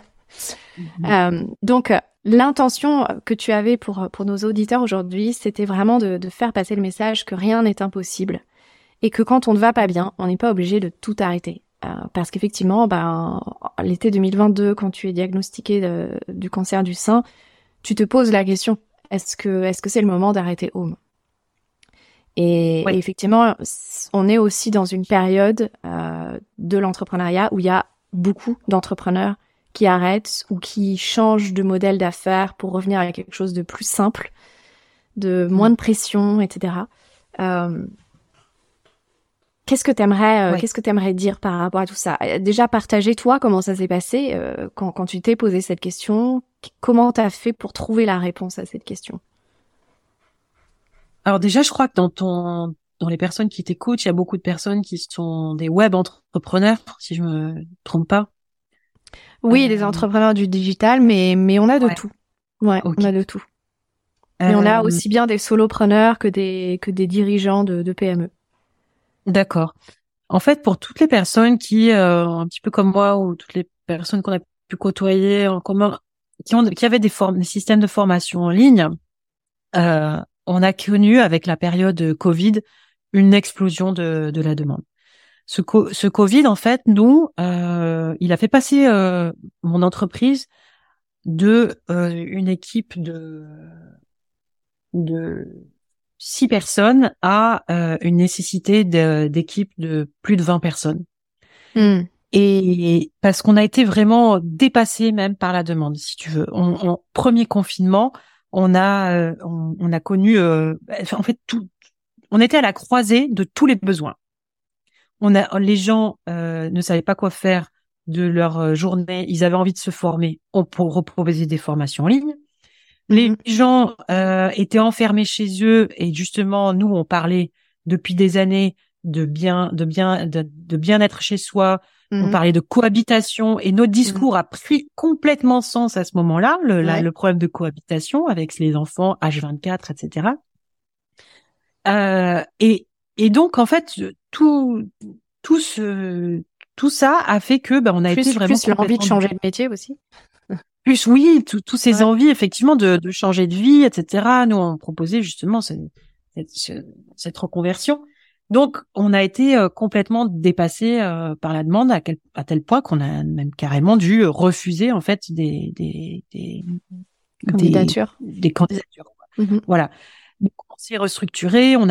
Donc, l'intention que tu avais pour nos auditeurs aujourd'hui, c'était vraiment de faire passer le message que rien n'est impossible et que quand on ne va pas bien, on n'est pas obligé de tout arrêter. Parce qu'effectivement, l'été 2022, quand tu es diagnostiqué du cancer du sein, tu te poses la question, est-ce que c'est le moment d'arrêter Home ? Et effectivement, on est aussi dans une période de l'entrepreneuriat où il y a beaucoup d'entrepreneurs qui arrêtent ou qui changent de modèle d'affaires pour revenir à quelque chose de plus simple, de moins de pression, etc. Qu'est-ce que t'aimerais dire par rapport à tout ça ? Déjà, partager toi comment ça s'est passé quand tu t'es posé cette question. Comment t'as fait pour trouver la réponse à cette question ? Alors déjà, je crois que dans les personnes qui t'écoutent, il y a beaucoup de personnes qui sont des web entrepreneurs, si je me trompe pas. Oui, des entrepreneurs du digital, mais on a de tout. Ouais, okay. On a de tout. Mais on a aussi bien des solopreneurs que des dirigeants de PME. D'accord. En fait, pour toutes les personnes qui, un petit peu comme moi, ou toutes les personnes qu'on a pu côtoyer en commun, qui avaient des systèmes de formation en ligne, on a connu avec la période Covid une explosion de la demande. Ce Covid, en fait, nous, il a fait passer mon entreprise de une équipe de 6 personnes à une nécessité d'équipe de plus de 20 personnes. Et parce qu'on a été vraiment dépassé même par la demande, si tu veux. En premier confinement, on a connu, en fait, on était à la croisée de tous les besoins. Les gens ne savaient pas quoi faire de leur journée. Ils avaient envie de se former. On proposer des formations en ligne. Les gens étaient enfermés chez eux et justement, nous, on parlait depuis des années de bien-être chez soi. On parlait de cohabitation et notre discours a pris complètement sens à ce moment-là, le problème de cohabitation avec les enfants H24, etc. Et donc, en fait, tout ça a fait que on a été vraiment plus l'envie de changer de métier aussi. Plus oui, tous ces envies effectivement de changer de vie, etc. Nous on proposait justement cette reconversion. Donc on a été complètement dépassé par la demande à tel point qu'on a même carrément dû refuser en fait des candidatures. Des candidatures. Voilà. Donc, on s'est restructuré, on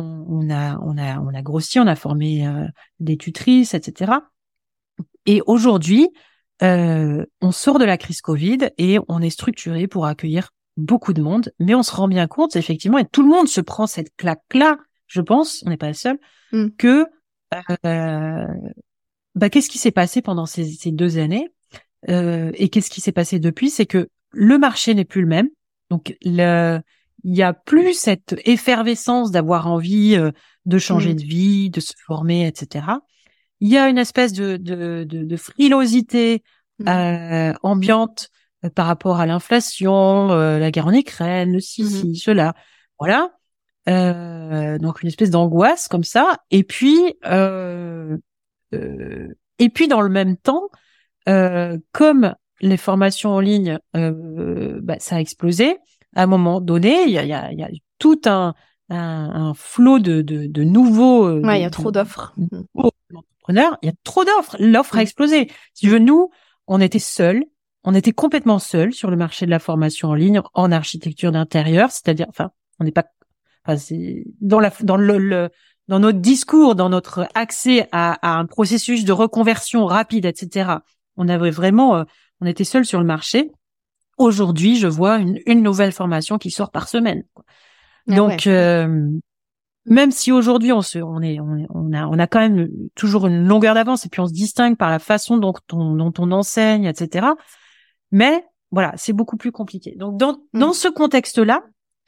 a grossi, on a formé des tutrices, etc. Et aujourd'hui, on sort de la crise Covid et on est structuré pour accueillir beaucoup de monde, mais on se rend bien compte, effectivement, et tout le monde se prend cette claque-là, je pense, on n'est pas les seuls, que qu'est-ce qui s'est passé pendant ces 2 années et qu'est-ce qui s'est passé depuis, c'est que le marché n'est plus le même, donc il y a plus cette effervescence d'avoir envie de changer de vie, de se former, etc. Il y a une espèce de frilosité ambiante par rapport à l'inflation, la guerre en Ukraine, cela. Voilà. Donc une espèce d'angoisse comme ça. Et puis dans le même temps, comme les formations en ligne, ça a explosé. À un moment donné, il y a tout un flot de nouveaux. Il y a trop d'offres. Entrepreneurs, il y a trop d'offres. L'offre a explosé. Si tu veux, nous, on était seuls. On était complètement seuls sur le marché de la formation en ligne en architecture d'intérieur. C'est-à-dire, on n'est pas, c'est dans notre discours, dans notre accès à un processus de reconversion rapide, etc. On avait vraiment, on était seuls sur le marché. Aujourd'hui, je vois une nouvelle formation qui sort par semaine. Donc, même si aujourd'hui on a quand même toujours une longueur d'avance et puis on se distingue par la façon dont on enseigne, etc. Mais voilà, c'est beaucoup plus compliqué. Donc dans ce contexte-là,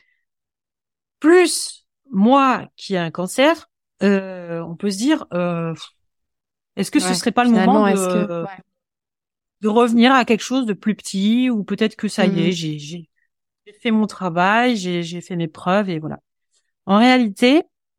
plus moi qui ai un cancer, on peut se dire, est-ce que ce serait pas le moment de revenir à quelque chose de plus petit, ou peut-être que ça y est, j'ai fait mon travail, j'ai fait mes preuves et voilà. En réalité,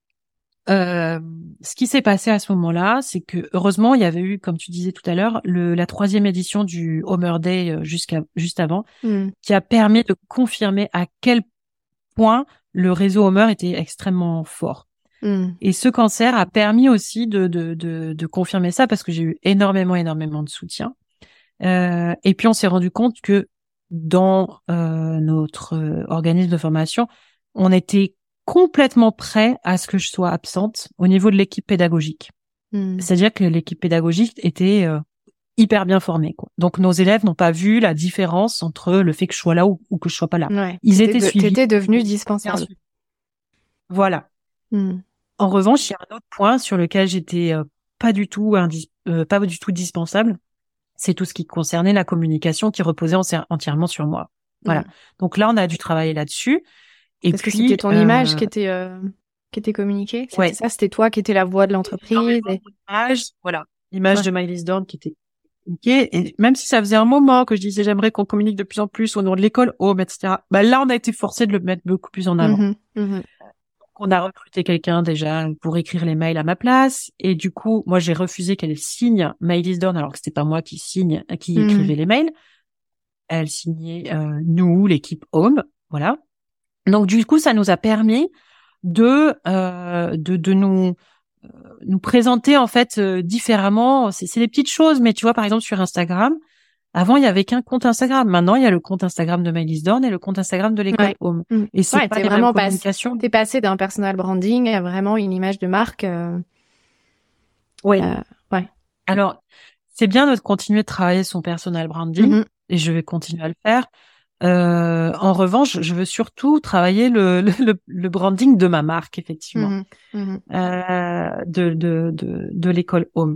ce qui s'est passé à ce moment-là, c'est que heureusement, il y avait eu, comme tu disais tout à l'heure, la 3e édition du Homer Day juste avant, qui a permis de confirmer à quel point le réseau Homer était extrêmement fort. Et ce cancer a permis aussi de confirmer ça, parce que j'ai eu énormément de soutien. Et puis on s'est rendu compte que dans notre organisme de formation, on était complètement prêt à ce que je sois absente au niveau de l'équipe pédagogique. C'est-à-dire que l'équipe pédagogique était hyper bien formée, quoi. Donc nos élèves n'ont pas vu la différence entre le fait que je sois là ou que je sois pas là. Ouais, ils étaient suivis. T'étais devenu dispensable. Voilà. En revanche, il y a un autre point sur lequel j'étais pas du tout dispensable. C'est tout ce qui concernait la communication, qui reposait entièrement sur moi. Voilà. Donc là, on a dû travailler là-dessus. Et parce puis, que c'était ton image qui était communiquée. C'était ça, c'était toi qui étais la voix de l'entreprise. L'image de Maëlys Dorn qui était communiquée. Et même si ça faisait un moment que je disais j'aimerais qu'on communique de plus en plus au nom de l'école, etc. Là, on a été forcé de le mettre beaucoup plus en avant. On a recruté quelqu'un déjà pour écrire les mails à ma place, et du coup, moi j'ai refusé qu'elle signe Maëlys Dorn, alors que c'était pas moi qui écrivais les mails. Elle signait nous, l'équipe Home, voilà. Donc du coup, ça nous a permis de nous présenter en fait différemment. C'est des petites choses, mais tu vois, par exemple sur Instagram, avant il y avait qu'un compte Instagram. Maintenant il y a le compte Instagram de Maëlys Dorn et le compte Instagram de l'école Home. Et c'est pas les mêmes communications. T'es passé d'un personal branding à vraiment une image de marque. Ouais. Alors c'est bien de continuer de travailler son personal branding et je vais continuer à le faire. En revanche, je veux surtout travailler le branding de ma marque, effectivement, de l'école Home.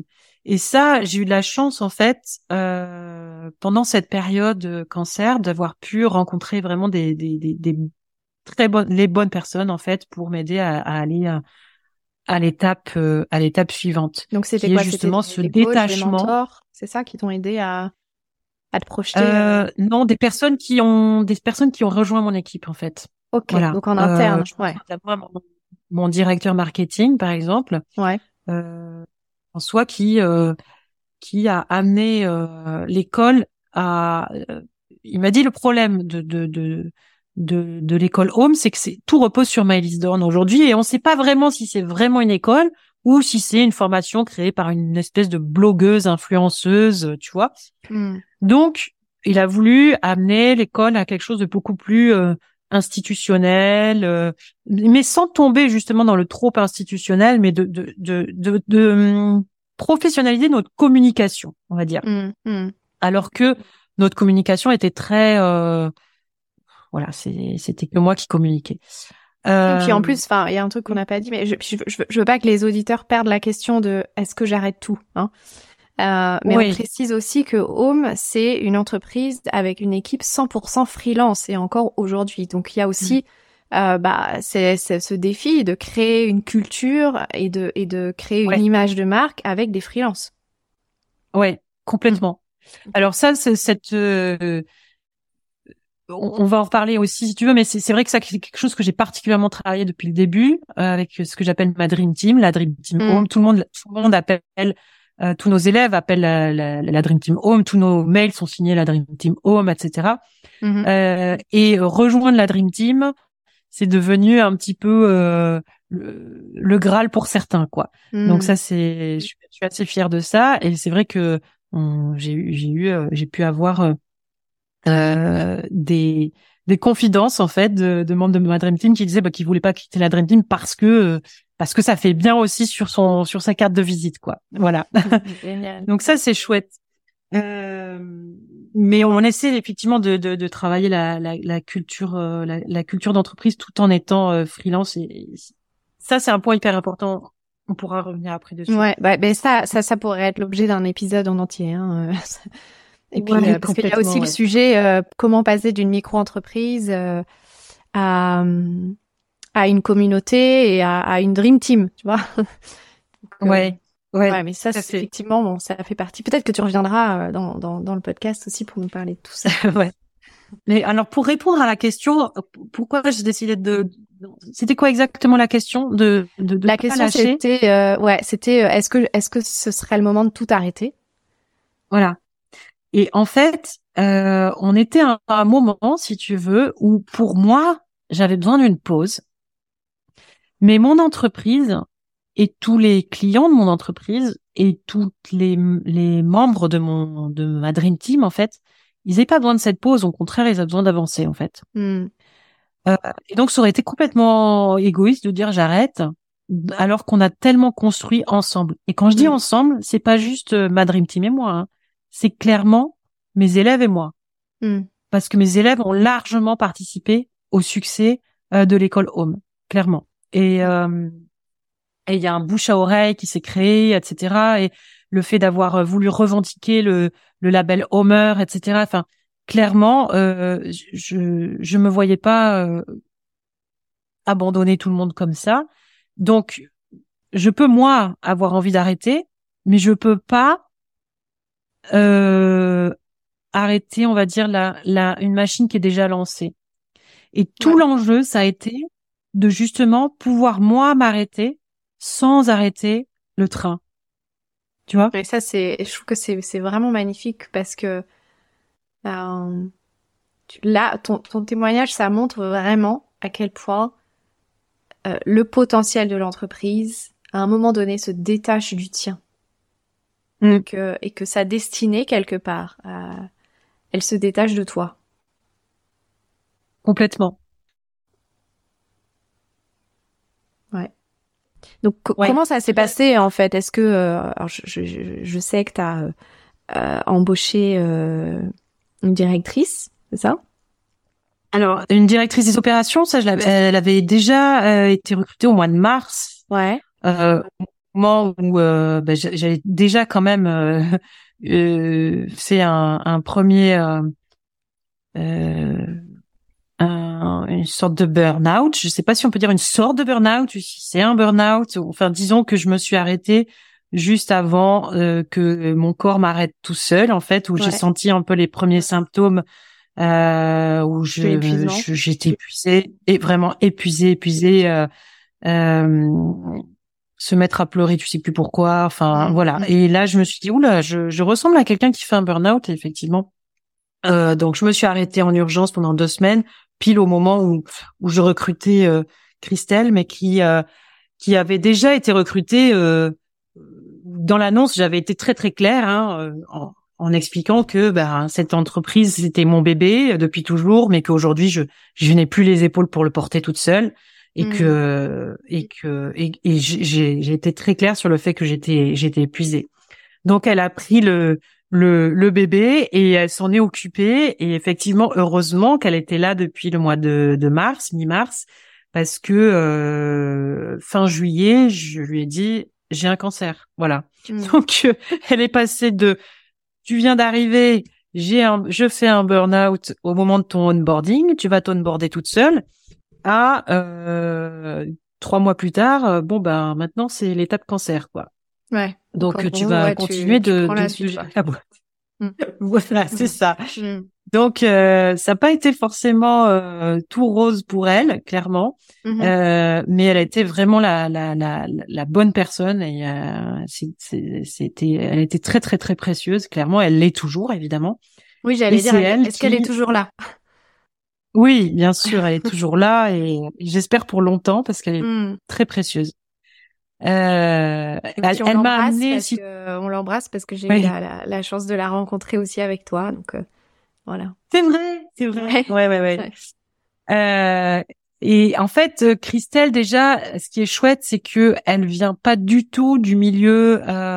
Et ça, j'ai eu de la chance en fait pendant cette période cancer d'avoir pu rencontrer vraiment des très bonnes les bonnes personnes en fait pour m'aider à aller à l'étape suivante, Donc c'était qui est quoi? justement C'était ce des coachs, des détachement. mentors, c'est ça qui t'ont aidé à te projeter Non, des personnes qui ont rejoint mon équipe en fait. Ok, Voilà. donc en interne, Je pense ouais. notamment à mon directeur marketing par exemple, Ouais. François qui a amené l'école à. Il m'a dit le problème de l'école Home, c'est que tout repose sur Maëlys Dorn aujourd'hui et on ne sait pas vraiment si c'est vraiment une école ou si c'est une formation créée par une espèce de blogueuse influenceuse, tu vois. Donc, il a voulu amener l'école à quelque chose de beaucoup plus institutionnel, mais sans tomber justement dans le trop institutionnel, mais de professionnaliser notre communication, on va dire. Alors que notre communication était très voilà, c'était que moi qui communiquais. Et puis en plus, enfin, il y a un truc qu'on n'a pas dit, mais je veux pas que les auditeurs perdent la question de est-ce que j'arrête tout, hein. Mais oui. On précise aussi que Home, c'est une entreprise avec une équipe 100% freelance et encore aujourd'hui. Donc il y a aussi c'est ce défi de créer une culture et de créer une image de marque avec des freelances. Ouais, complètement. Alors ça, c'est cette on va en reparler aussi si tu veux, mais c'est vrai que ça c'est quelque chose que j'ai particulièrement travaillé depuis le début avec ce que j'appelle ma Dream Team, la Dream Team Home. Tout le monde appelle, tous nos élèves appellent la Dream Team Home, tous nos mails sont signés la Dream Team Home, etc. Et rejoindre la Dream Team, c'est devenu un petit peu le Graal pour certains, quoi. Donc ça, je suis assez fière de ça, et c'est vrai que j'ai pu avoir des confidences en fait de membres de ma Dream Team qui disaient qu'ils voulaient pas quitter la Dream Team parce que ça fait bien aussi sur sa carte de visite, quoi. Voilà. Génial. Donc ça, c'est chouette. Mais on essaie effectivement de travailler la culture d'entreprise tout en étant freelance, et ça c'est un point hyper important. On pourra revenir après dessus. Ouais, ça pourrait être l'objet d'un épisode en entier, hein. Et puis parce qu'il y a aussi le sujet comment passer d'une micro-entreprise à une communauté et à une dream team, tu vois. Donc, ouais, mais ça c'est effectivement bon, ça fait partie. Peut-être que tu reviendras dans le podcast aussi pour nous parler de tout ça. Ouais. Mais alors pour répondre à la question, pourquoi j'ai décidé c'était quoi exactement la question de la question c'était est-ce que ce serait le moment de tout arrêter? Voilà. Et en fait, on était à un moment, si tu veux, où pour moi, j'avais besoin d'une pause. Mais mon entreprise et tous les clients de mon entreprise et tous les membres de ma Dream Team, en fait, ils n'avaient pas besoin de cette pause. Au contraire, ils avaient besoin d'avancer, en fait. Et donc, ça aurait été complètement égoïste de dire j'arrête, alors qu'on a tellement construit ensemble. Et quand je dis ensemble, c'est pas juste ma Dream Team et moi, hein. C'est clairement mes élèves et moi. Parce que mes élèves ont largement participé au succès de l'école Home, clairement. Et il y a un bouche à oreille qui s'est créé, etc. Et le fait d'avoir voulu revendiquer le label Homer, etc. Enfin, clairement, je me voyais pas abandonner tout le monde comme ça. Donc, je peux moi avoir envie d'arrêter, mais je peux pas arrêter, on va dire, une machine qui est déjà lancée. Et tout l'enjeu, ça a été de justement pouvoir moi m'arrêter sans arrêter le train. Tu vois? Et ça, je trouve que c'est vraiment magnifique parce que là, ton témoignage, ça montre vraiment à quel point le potentiel de l'entreprise, à un moment donné, se détache du tien. Et que sa destinée, quelque part, elle se détache de toi. Complètement. Ouais. Donc, comment ça s'est passé, en fait? Est-ce que... alors je sais que tu as embauché une directrice, c'est ça? Alors, une directrice des opérations, ça, elle avait déjà été recrutée au mois de mars. Ouais. moment où j'avais déjà quand même fait un premier une sorte de burn-out. Je sais pas si on peut dire une sorte de burn-out, ou si c'est un burn-out. Enfin, disons que je me suis arrêtée juste avant que mon corps m'arrête tout seul, en fait, où j'ai senti un peu les premiers symptômes, où j'étais épuisée, et vraiment épuisée, se mettre à pleurer, tu sais plus pourquoi. Enfin, voilà. Et là, je me suis dit, oula, je ressemble à quelqu'un qui fait un burn-out, effectivement. Donc, je me suis arrêtée en urgence pendant 2 semaines, pile au moment où je recrutais Christelle, mais qui avait déjà été recrutée. Dans l'annonce, j'avais été très très claire, en expliquant que cette entreprise c'était mon bébé depuis toujours, mais qu'aujourd'hui je n'ai plus les épaules pour le porter toute seule, et j'ai été très claire sur le fait que j'étais épuisée. Donc elle a pris le bébé et elle s'en est occupée, et effectivement heureusement qu'elle était là depuis le mois de mars, mi-mars, parce que fin juillet je lui ai dit j'ai un cancer, voilà. Donc elle est passée de tu viens d'arriver, je fais un burn-out au moment de ton onboarding, tu vas t'onboarder toute seule, à 3 mois plus tard, maintenant c'est l'étape cancer, quoi. Ouais. Donc tu vas continuer de gérer la boîte. Voilà, c'est ça. Donc ça n'a pas été forcément tout rose pour elle, clairement, mais elle a été vraiment la bonne personne, et elle était très très très précieuse. Clairement, elle l'est toujours, évidemment. Oui, j'allais dire, est-ce qu'elle est toujours là? Oui, bien sûr, elle est toujours là, et j'espère pour longtemps, parce qu'elle est très précieuse. Elle m'a amené on l'embrasse parce que j'ai eu la chance de la rencontrer aussi avec toi, donc voilà. C'est vrai. Ouais. Et en fait, Christelle, déjà, ce qui est chouette, c'est que elle vient pas du tout du milieu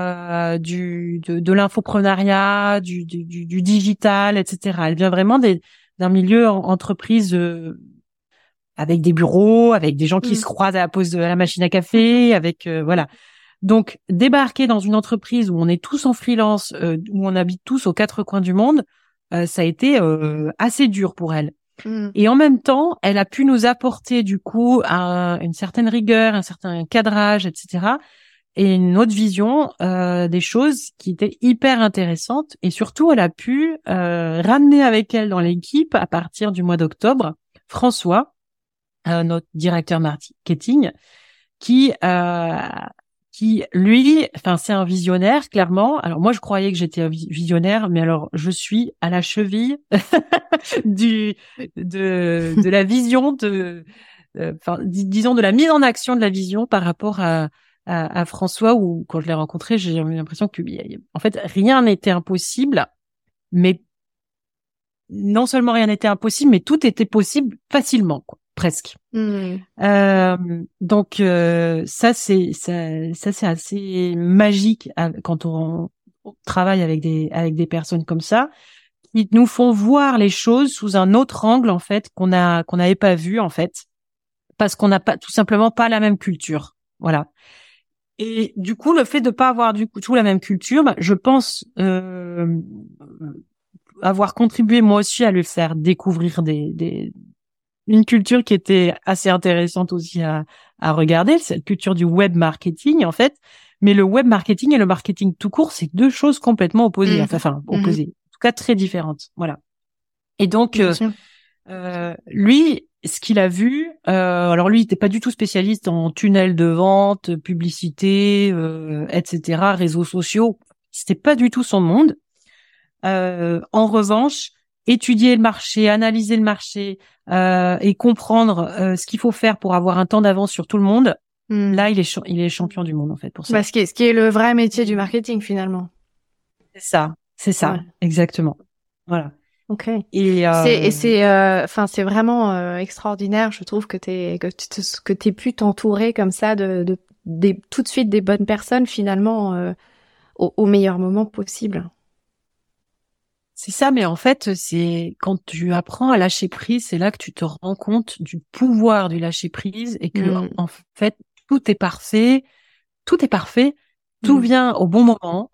de l'infoprenariat, du digital, etc. Elle vient vraiment d'un milieu entreprise, avec des bureaux, avec des gens qui se croisent à la pause de la machine à café, avec voilà. Donc débarquer dans une entreprise où on est tous en freelance, où on habite tous aux 4 coins du monde, ça a été assez dur pour elle. Et en même temps, elle a pu nous apporter du coup une certaine rigueur, un certain cadrage, etc. et une autre vision des choses qui étaient hyper intéressantes. Et surtout, elle a pu ramener avec elle dans l'équipe, à partir du mois d'octobre, François, notre directeur marketing, qui lui, c'est un visionnaire, clairement. Alors moi, je croyais que j'étais un visionnaire, mais alors je suis à la cheville de la vision, disons de la mise en action de la vision par rapport à François, où quand je l'ai rencontré, j'ai eu l'impression que en fait rien n'était impossible, mais non seulement rien n'était impossible, mais tout était possible facilement, quoi. Presque. Donc ça c'est assez magique quand on travaille avec des personnes comme ça, qui nous font voir les choses sous un autre angle, en fait, qu'on n'avait pas vu, en fait, parce qu'on n'a pas tout simplement pas la même culture. Voilà. Et du coup, le fait de pas avoir du coup tout la même culture, je pense avoir contribué moi aussi à lui faire découvrir une culture qui était assez intéressante aussi à regarder, c'est la culture du web marketing, en fait. Mais le web marketing et le marketing tout court, c'est 2 choses complètement opposées, opposées, en tout cas très différentes. Voilà. Et donc, lui, ce qu'il a vu, alors lui, il n'était pas du tout spécialiste en tunnel de vente, publicité, etc., réseaux sociaux. C'était pas du tout son monde. En revanche, étudier le marché, analyser le marché, et comprendre ce qu'il faut faire pour avoir un temps d'avance sur tout le monde. Là, il est champion du monde, en fait, pour ça. Ce qui est le vrai métier du marketing, finalement. C'est ça, ouais. Exactement. Voilà. Ok. Et c'est vraiment extraordinaire, je trouve, que t'aies pu t'entourer comme ça de tout de suite des bonnes personnes, finalement, au meilleur moment possible. C'est ça, mais en fait, c'est quand tu apprends à lâcher prise, c'est là que tu te rends compte du pouvoir du lâcher prise, et que en fait tout est parfait, tout est parfait, tout Mhm. vient au bon moment.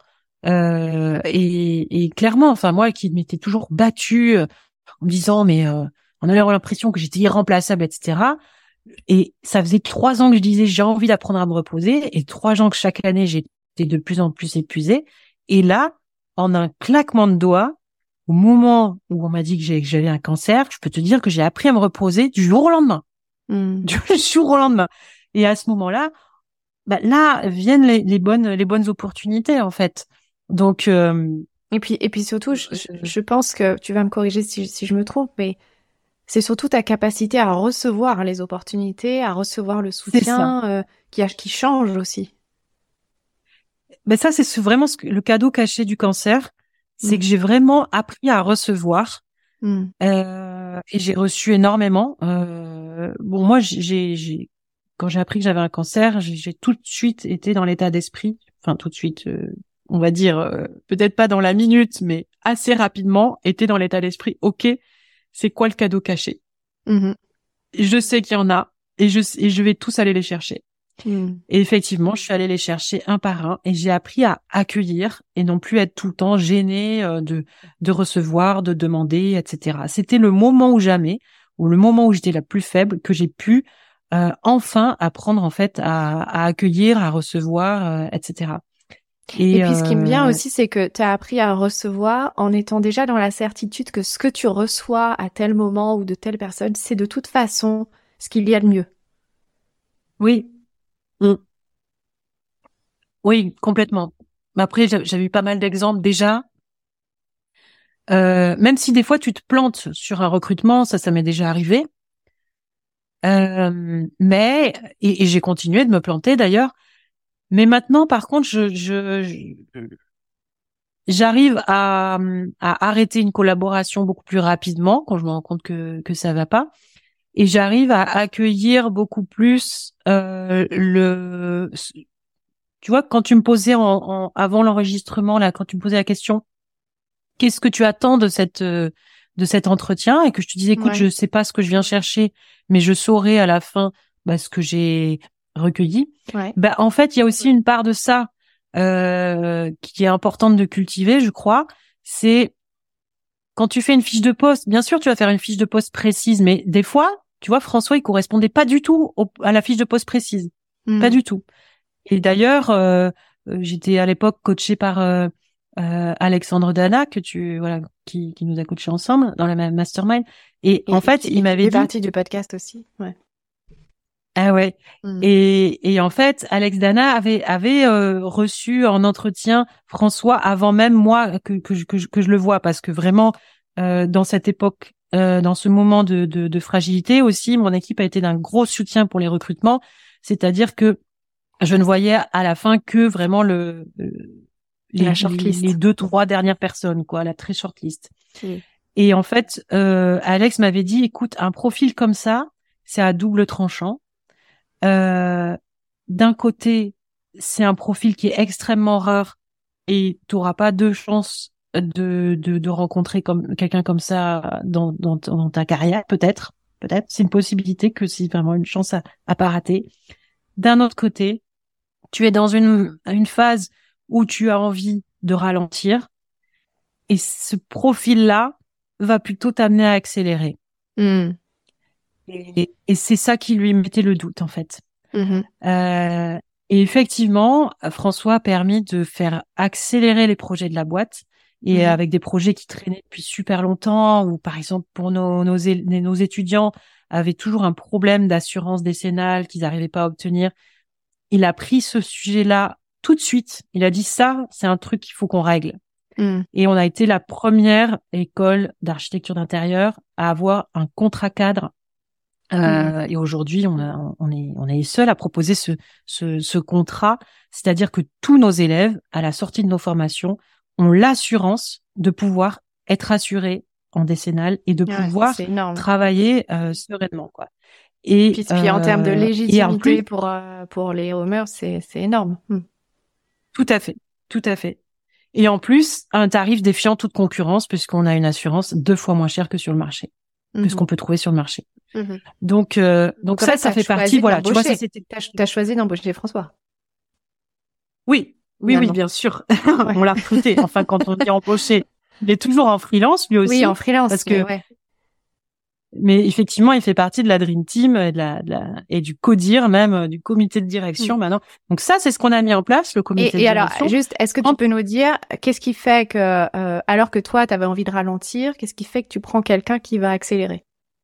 Et clairement, enfin moi qui m'étais toujours battue en me disant mais on avait l'impression que j'étais irremplaçable, etc. Et ça faisait 3 ans que je disais j'ai envie d'apprendre à me reposer, et 3 ans que chaque année j'étais de plus en plus épuisée. Et là, en un claquement de doigts, au moment où on m'a dit que j'avais un cancer, je peux te dire que j'ai appris à me reposer du jour au lendemain, Mhm. du jour au lendemain. Et à ce moment-là, bah, là viennent les bonnes opportunités en fait. Donc Et puis surtout, je pense que tu vas me corriger si je me trompe, mais c'est surtout ta capacité à recevoir les opportunités, à recevoir le c'est ça. soutien qui change aussi. Mais ça, vraiment le cadeau caché du cancer, c'est Mm. que j'ai vraiment appris à recevoir. Mm. Et j'ai reçu énormément. Bon, moi, quand j'ai appris que j'avais un cancer, j'ai tout de suite été dans l'état d'esprit. Enfin, tout de suite, on va dire, peut-être pas dans la minute, mais assez rapidement, été dans l'état d'esprit. Ok, c'est quoi le cadeau caché? Mhm. Je sais qu'il y en a, et je vais tous aller les chercher. Mm. Et effectivement, je suis allée les chercher un par un, et j'ai appris à accueillir et non plus être tout le temps gênée de recevoir, de demander, etc. C'était le moment ou jamais, ou le moment où j'étais la plus faible, que j'ai pu enfin apprendre en fait à accueillir, à recevoir, etc. Et Et puis ce qui me vient aussi, c'est que tu as appris à recevoir en étant déjà dans la certitude que ce que tu reçois à tel moment ou de telle personne, c'est de toute façon ce qu'il y a de mieux. oui, mm, oui, complètement. Mais après, j'avais eu pas mal d'exemples déjà. Même si des fois tu te plantes sur un recrutement, ça m'est déjà arrivé. Mais et j'ai continué de me planter d'ailleurs. Mais maintenant, par contre, j'arrive à arrêter une collaboration beaucoup plus rapidement quand je me rends compte que ça va pas, et j'arrive à accueillir beaucoup plus Tu vois, quand tu me posais avant l'enregistrement là, quand tu me posais la question, qu'est-ce que tu attends de cet entretien, et que je te disais, écoute, Ouais. je sais pas ce que je viens chercher, mais je saurai à la fin ce que j'ai recueilli. Ouais. Bah, en fait, il y a aussi une part de ça qui est importante de cultiver, je crois. C'est quand tu fais une fiche de poste, bien sûr, tu vas faire une fiche de poste précise, mais des fois, tu vois, François, il correspondait pas du tout à la fiche de poste précise. Pas Mm. du tout. Et d'ailleurs, j'étais à l'époque coachée par Alexandre Dana, qui nous a coachés ensemble dans la même mastermind. Et en fait, il Et qui m'avait fait dit, partie du podcast aussi. Ouais. ah ouais. Mm. Et en fait, Alex Dana avait reçu en entretien François avant même moi que je le vois, parce que vraiment dans cette époque, dans ce moment de fragilité aussi, mon équipe a été d'un gros soutien pour les recrutements. C'est-à-dire que je ne voyais à la fin que vraiment La les shortlist. 2-3 dernières personnes, quoi, la très short list. Mm. Et en fait, Alex m'avait dit, écoute, un profil comme ça, c'est à double tranchant. D'un côté, c'est un profil qui est extrêmement rare, et tu n'auras pas de chance de rencontrer comme quelqu'un comme ça dans ta carrière, peut-être, c'est une possibilité, que c'est vraiment une chance à pas rater. D'un autre côté, tu es dans une phase où tu as envie de ralentir, et ce profil-là va plutôt t'amener à accélérer. Mm. Et c'est ça qui lui mettait le doute, en fait. Mhm. Et effectivement, François a permis de faire accélérer les projets de la boîte, et Mhm. avec des projets qui traînaient depuis super longtemps, ou par exemple pour nos étudiants avaient toujours un problème d'assurance décennale qu'ils n'arrivaient pas à obtenir. Il a pris ce sujet-là tout de suite. Il a dit, ça, c'est un truc qu'il faut qu'on règle. Mm. Et on a été la première école d'architecture d'intérieur à avoir un contrat cadre. Et aujourd'hui, on est les seuls à proposer ce contrat. C'est-à-dire que tous nos élèves, à la sortie de nos formations, ont l'assurance de pouvoir être assurés en décennale, et de Ouais, pouvoir c'est énorme. travailler sereinement, quoi. Et Puis en termes de en plus, légitimité pour les rumeurs, c'est énorme. Mm. tout à fait, tout à fait. Et en plus, un tarif défiant toute concurrence, puisqu'on a une assurance 2 fois moins chère que sur le marché, que ce Mhm. qu'on peut trouver sur le marché. Mhm. Donc en fait, ça t'as fait partie, choisi voilà. Tu vois, ça d'embaucher. c'était. T'as choisi d'embaucher François. Oui, finalement. bien sûr. On l'a recruté. Enfin, quand on dit embauché, il est toujours en freelance, lui aussi. Oui, en freelance, parce que, mais effectivement, il fait partie de la Dream Team et, et du CODIR, même, du comité de direction maintenant. Donc ça, c'est ce qu'on a mis en place, le comité de direction. Alors, juste, est-ce que tu peux nous dire, qu'est-ce qui fait que, alors que toi, tu avais envie de ralentir, qu'est-ce qui fait que tu prends quelqu'un qui va accélérer?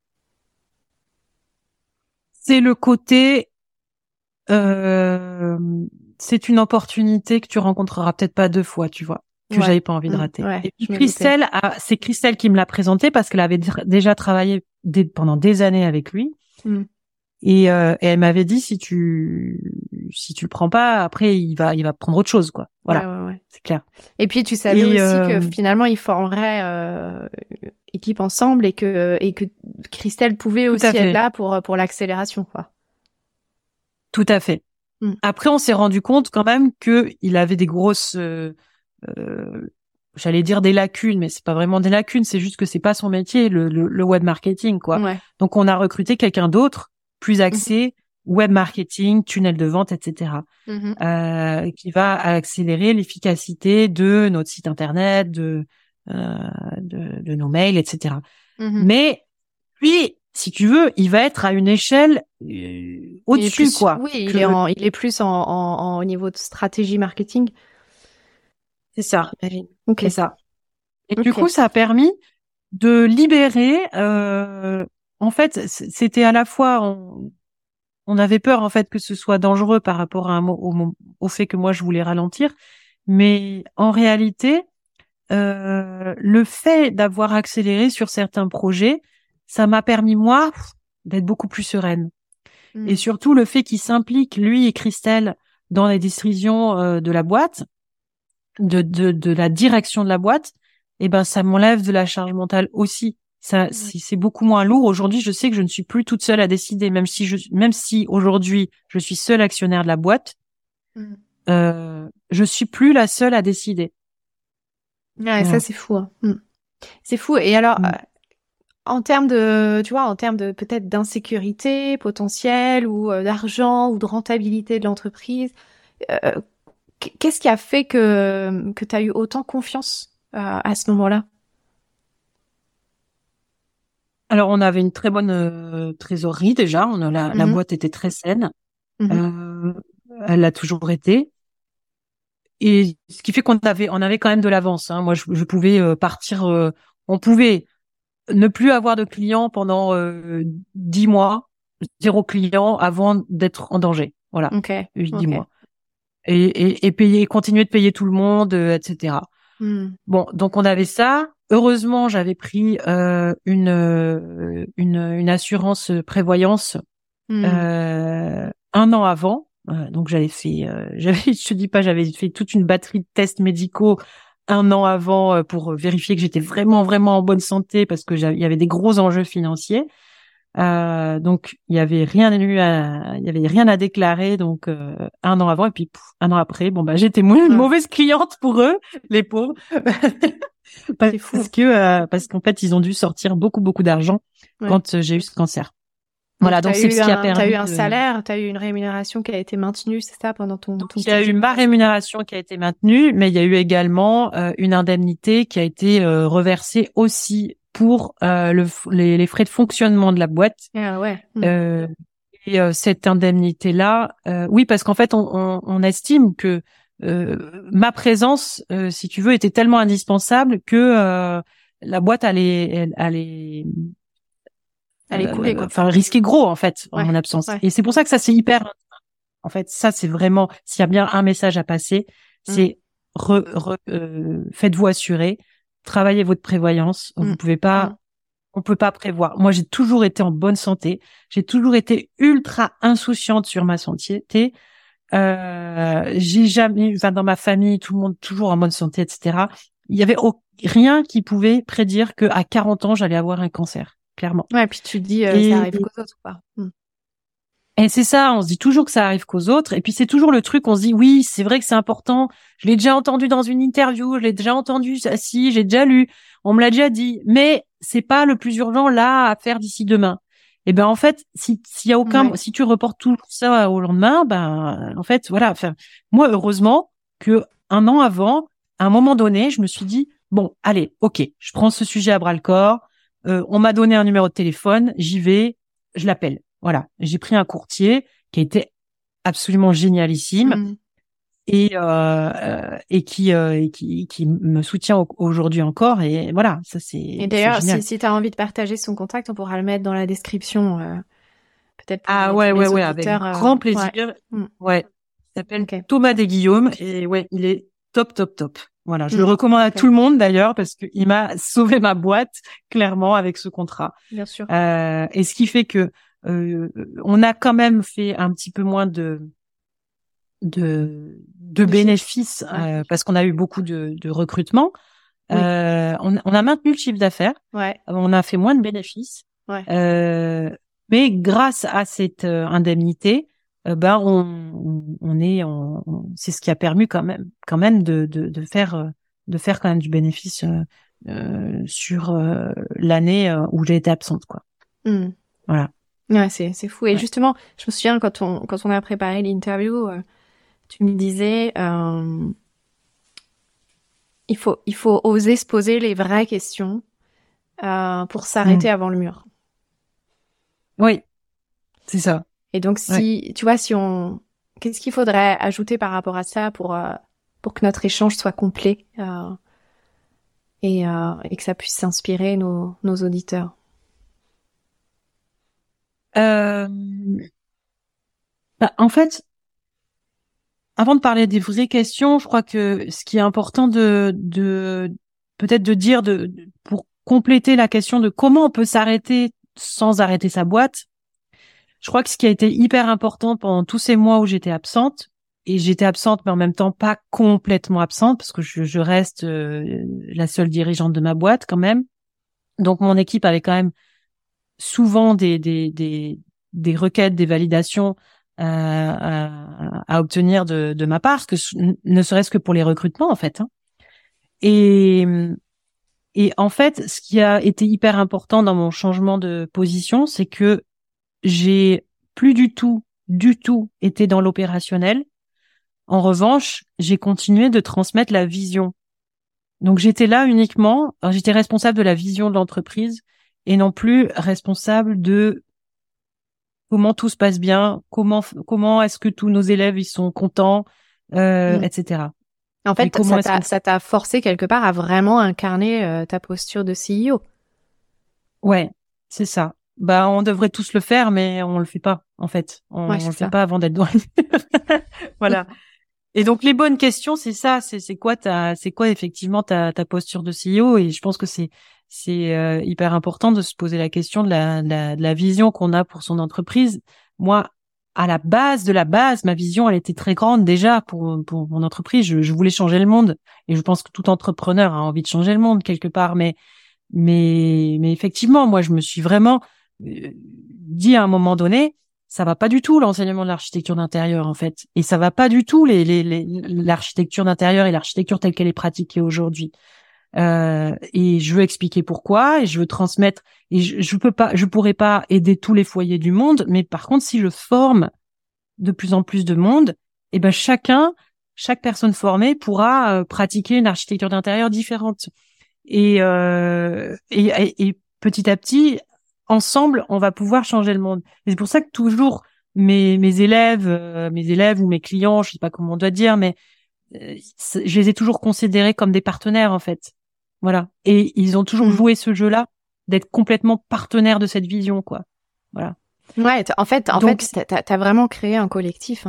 C'est le côté, c'est une opportunité que tu rencontreras peut-être pas 2 fois, tu vois, que j'avais pas envie de rater. Ouais, et puis c'est Christelle qui me l'a présenté parce qu'elle avait déjà travaillé pendant des années avec lui. Et elle m'avait dit si tu le prends pas, après il va prendre autre chose, quoi. Voilà, c'est clair. Et puis tu savais aussi que finalement ils formeraient équipe ensemble et que Christelle pouvait aussi être là pour l'accélération, quoi. Tout à fait. Après, on s'est rendu compte quand même que il avait des grosses, j'allais dire des lacunes, mais c'est pas vraiment des lacunes, c'est juste que c'est pas son métier, le web marketing, quoi. Donc on a recruté quelqu'un d'autre, plus axé web marketing, tunnel de vente, etc., qui va accélérer l'efficacité de notre site internet, de nos mails, etc. Mais lui, si tu veux, il va être à une échelle au-dessus, quoi. Oui, il est plus au niveau de stratégie marketing. C'est ça. Okay. C'est ça. Et du coup, ça a permis de libérer. En fait, c'était à la fois, on avait peur en fait que ce soit dangereux par rapport à au fait que moi je voulais ralentir, mais en réalité, le fait d'avoir accéléré sur certains projets, ça m'a permis moi d'être beaucoup plus sereine. Et surtout le fait qu'il s'implique lui et Christelle dans les décisions de la boîte, de la direction de la boîte, et ben ça m'enlève de la charge mentale aussi. Ça, c'est beaucoup moins lourd. Aujourd'hui, je sais que je ne suis plus toute seule à décider, même si aujourd'hui je suis seule actionnaire de la boîte, je suis plus la seule à décider. Ouais, ça c'est fou. Hein. C'est fou. Et alors, en termes de peut-être d'insécurité potentielle ou d'argent ou de rentabilité de l'entreprise, qu'est-ce qui a fait que tu as eu autant confiance à ce moment-là? Alors, on avait une très bonne trésorerie déjà. La boîte était très saine. Elle l'a toujours été. Et ce qui fait qu'on avait quand même de l'avance. Hein. Moi, je pouvais partir. On pouvait ne plus avoir de clients pendant 10 mois, 0 client avant d'être en danger. Voilà, 8-10 mois. Et continuer de payer tout le monde, etc. Bon, donc on avait ça. Heureusement, j'avais pris une assurance prévoyance 1 an avant. Donc j'avais fait, je te dis pas, j'avais fait toute une batterie de tests médicaux 1 an avant pour vérifier que j'étais vraiment vraiment en bonne santé parce que il y avait des gros enjeux financiers. Donc il y avait rien à déclarer. Donc 1 an avant et puis 1 an après, bon bah j'étais une mauvaise cliente pour eux, les pauvres. Parce qu'en fait ils ont dû sortir beaucoup d'argent quand j'ai eu ce cancer. Voilà, donc c'est ce qui a permis. T'as eu un salaire, t'as eu une rémunération qui a été maintenue, c'est ça, pendant ton il y a eu ma rémunération qui a été maintenue, mais il y a eu également une indemnité qui a été reversée aussi pour les frais de fonctionnement de la boîte. Ah ouais. Et cette indemnité-là, oui, parce qu'en fait, on estime que ma présence, si tu veux, était tellement indispensable que la boîte allait couler, quoi. Enfin, risquer gros, en fait, en mon absence. Et c'est pour ça que ça, c'est hyper, en fait, ça, c'est vraiment, s'il y a bien un message à passer, c'est faites-vous assurer, travaillez votre prévoyance. Vous pouvez pas, on peut pas prévoir. Moi, j'ai toujours été en bonne santé. J'ai toujours été ultra insouciante sur ma santé. J'ai jamais, dans ma famille, tout le monde toujours en bonne santé, etc. Il y avait rien qui pouvait prédire que à 40 ans, j'allais avoir un cancer. Clairement. Ouais, puis tu te dis, ça arrive qu'aux autres, quoi. Et c'est ça, on se dit toujours que ça arrive qu'aux autres. Et puis c'est toujours le truc, on se dit, oui, c'est vrai que c'est important. Je l'ai déjà entendu dans une interview, je l'ai déjà entendu, si, j'ai déjà lu, on me l'a déjà dit. Mais c'est pas le plus urgent là à faire d'ici demain. Et ben en fait, si tu reportes tout ça au lendemain, ben en fait, voilà. Enfin, moi, heureusement, que un an avant, à un moment donné, je me suis dit, bon, allez, ok, je prends ce sujet à bras le corps. On m'a donné un numéro de téléphone, j'y vais, je l'appelle. Voilà, j'ai pris un courtier qui a été absolument génialissime et qui me soutient aujourd'hui encore. Et voilà, ça Et d'ailleurs, si tu as envie de partager son contact, on pourra le mettre dans la description, peut-être pour les ouais, auditeurs, avec grand plaisir. Ouais. Il s'appelle Thomas Desguillaume et ouais, il est top. Voilà, je le recommande à tout le monde d'ailleurs parce que il m'a sauvé ma boîte clairement avec ce contrat. Bien sûr. Et ce qui fait que on a quand même fait un petit peu moins de bénéfices parce qu'on a eu beaucoup de recrutement. On a maintenu le chiffre d'affaires. Ouais. On a fait moins de bénéfices. Ouais. Mais grâce à cette indemnité, c'est ce qui a permis quand même de faire quand même du bénéfice sur l'année où j'ai été absente, quoi. Voilà. Ouais, c'est fou. Et justement, je me souviens quand on a préparé l'interview, tu me disais il faut oser se poser les vraies questions pour s'arrêter avant le mur. Oui, c'est ça. Et donc tu vois, qu'est-ce qu'il faudrait ajouter par rapport à ça pour que notre échange soit complet et que ça puisse s'inspirer nos auditeurs. En fait, avant de parler des vraies questions, je crois que ce qui est important peut-être de dire pour compléter la question de comment on peut s'arrêter sans arrêter sa boîte. Je crois que ce qui a été hyper important pendant tous ces mois où j'étais absente, et j'étais absente mais en même temps pas complètement absente parce que je reste la seule dirigeante de ma boîte quand même. Donc mon équipe avait quand même souvent des requêtes, des validations à obtenir de ma part, ne serait-ce que pour les recrutements en fait. Et en fait, ce qui a été hyper important dans mon changement de position, c'est que j'ai plus du tout été dans l'opérationnel. En revanche, j'ai continué de transmettre la vision. Donc j'étais là uniquement, j'étais responsable de la vision de l'entreprise et non plus responsable de comment tout se passe bien, comment est-ce que tous nos élèves ils sont contents, etc. En fait, ça t'a forcé quelque part à vraiment incarner ta posture de CEO. Ouais, c'est ça. On devrait tous le faire, mais on le fait pas, en fait. On le fait pas avant d'être dans Voilà. Et donc, les bonnes questions, c'est ça. C'est quoi effectivement ta posture de CEO? Et je pense que c'est hyper important de se poser la question de la vision qu'on a pour son entreprise. Moi, à la base de la base, ma vision, elle était très grande déjà pour mon entreprise. Je voulais changer le monde. Et je pense que tout entrepreneur a envie de changer le monde quelque part. Mais effectivement, moi, je me suis vraiment dit à un moment donné, ça va pas du tout l'enseignement de l'architecture d'intérieur en fait, et ça va pas du tout l'architecture d'intérieur et l'architecture telle qu'elle est pratiquée aujourd'hui. Et je veux expliquer pourquoi, et je veux transmettre. Et je pourrais pas aider tous les foyers du monde, mais par contre, si je forme de plus en plus de monde, et chaque personne formée pourra pratiquer une architecture d'intérieur différente. Et petit à petit, ensemble, on va pouvoir changer le monde. Et c'est pour ça que toujours mes élèves ou mes clients, je sais pas comment on doit dire, mais je les ai toujours considérés comme des partenaires en fait. Voilà. Et ils ont toujours joué ce jeu-là d'être complètement partenaires de cette vision, quoi. Voilà. Ouais, en fait, t'as vraiment créé un collectif.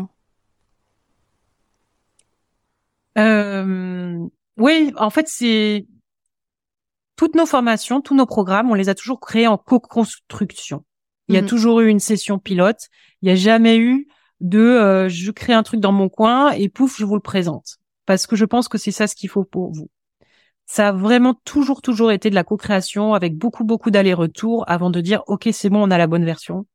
Oui, en fait, c'est toutes nos formations, tous nos programmes, on les a toujours créés en co-construction. Il y a toujours eu une session pilote. Il n'y a jamais eu de je crée un truc dans mon coin et pouf, je vous le présente. Parce que je pense que c'est ça ce qu'il faut pour vous. Ça a vraiment toujours été de la co-création avec beaucoup d'allers-retours avant de dire ok, c'est bon, on a la bonne version.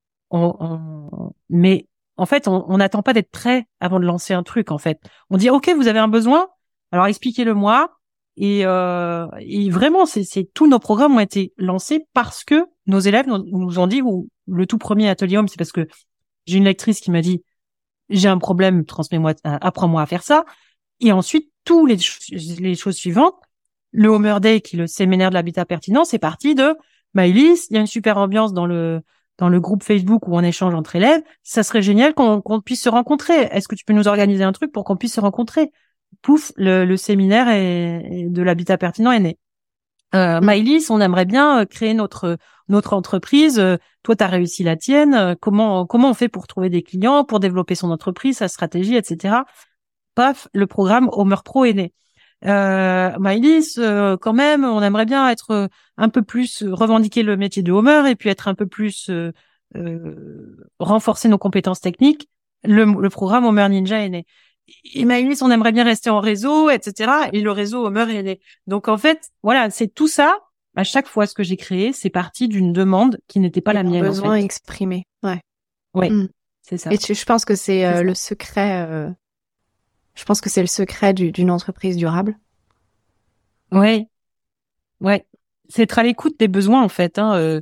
Mais en fait, on n'attend pas d'être prêt avant de lancer un truc. En fait, on dit ok, vous avez un besoin, alors expliquez-le moi. Et vraiment, c'est tous nos programmes ont été lancés parce que nos élèves nous ont dit, ou le tout premier atelier homme, c'est parce que j'ai une lectrice qui m'a dit j'ai un problème, transmets-moi, apprends-moi à faire ça. Et ensuite, les choses suivantes, le Homer Day, qui est le séminaire de l'habitat pertinent, c'est parti de Maëlys, il y a une super ambiance dans le groupe Facebook où on échange entre élèves. Ça serait génial qu'on puisse se rencontrer. Est-ce que tu peux nous organiser un truc pour qu'on puisse se rencontrer? Pouf, le séminaire de l'habitat pertinent est né. Maëlys, on aimerait bien créer notre entreprise. Toi, tu as réussi la tienne. Comment on fait pour trouver des clients, pour développer son entreprise, sa stratégie, etc. Paf, le programme Homer Pro est né. Maëlys, quand même, on aimerait bien être un peu plus revendiquer le métier de Homer et puis être un peu plus renforcer nos compétences techniques. Le programme Homer Ninja est né. Et Maëlys, on aimerait bien rester en réseau, etc. Et le réseau Homer est né. Donc en fait, voilà, c'est tout ça. À chaque fois, ce que j'ai créé, c'est parti d'une demande qui n'était pas la mienne. Besoin en fait. exprimé. Ouais. Oui, c'est ça. Et je pense que c'est le secret. Je pense que c'est le secret d'une entreprise durable. Ouais. C'est être à l'écoute des besoins en fait.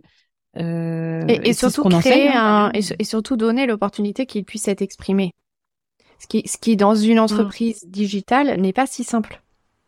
Et surtout créer et surtout donner l'opportunité qu'il puisse être exprimé. Ce qui dans une entreprise digitale n'est pas si simple.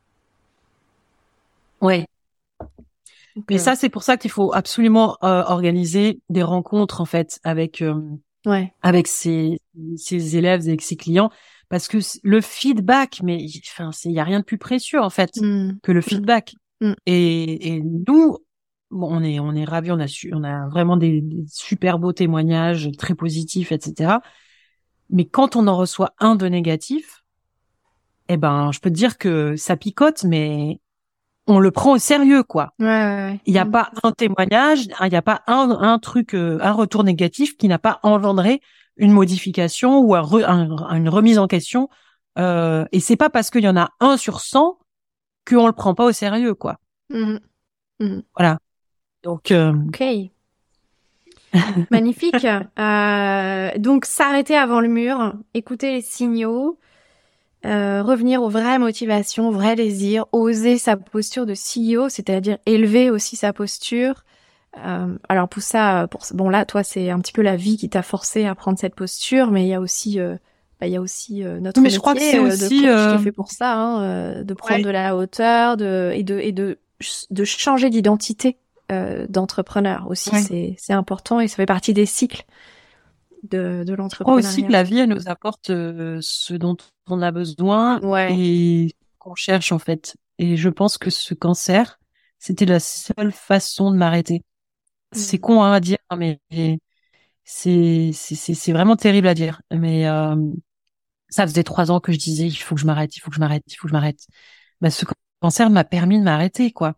Ouais. Mais ça, c'est pour ça qu'il faut absolument organiser des rencontres en fait avec ses élèves, avec ses clients, parce que le feedback, mais enfin, il y a rien de plus précieux en fait que le feedback. Et nous, bon, on est ravis, on a vraiment des super beaux témoignages très positifs, etc. Mais quand on en reçoit un de négatif, eh ben, je peux te dire que ça picote, mais on le prend au sérieux, quoi. Ouais. Il n'y a pas un témoignage, il n'y a pas un truc, un retour négatif qui n'a pas engendré une modification ou une remise en question. Et c'est pas parce qu'il y en a 1 sur 100 qu'on le prend pas au sérieux, quoi. Voilà. Donc. Ok. Magnifique. Donc s'arrêter avant le mur, écouter les signaux, revenir aux vraies motivations, aux vrais désirs, oser sa posture de CEO, c'est-à-dire élever aussi sa posture. Alors pour ça, bon là, toi, c'est un petit peu la vie qui t'a forcé à prendre cette posture, mais il y a aussi notre métier je crois que c'est aussi de coach qui est fait pour ça, de prendre de la hauteur, et de changer d'identité d'entrepreneur aussi. C'est important et ça fait partie des cycles de l'entrepreneuriat. Je crois aussi que la vie, elle nous apporte ce dont on a besoin et qu'on cherche en fait. Et je pense que ce cancer, c'était la seule façon de m'arrêter. C'est con à dire, mais c'est vraiment terrible à dire. Mais ça faisait 3 ans que je disais il faut que je m'arrête, il faut que je m'arrête, il faut que je m'arrête. Bah, ce cancer m'a permis de m'arrêter, quoi.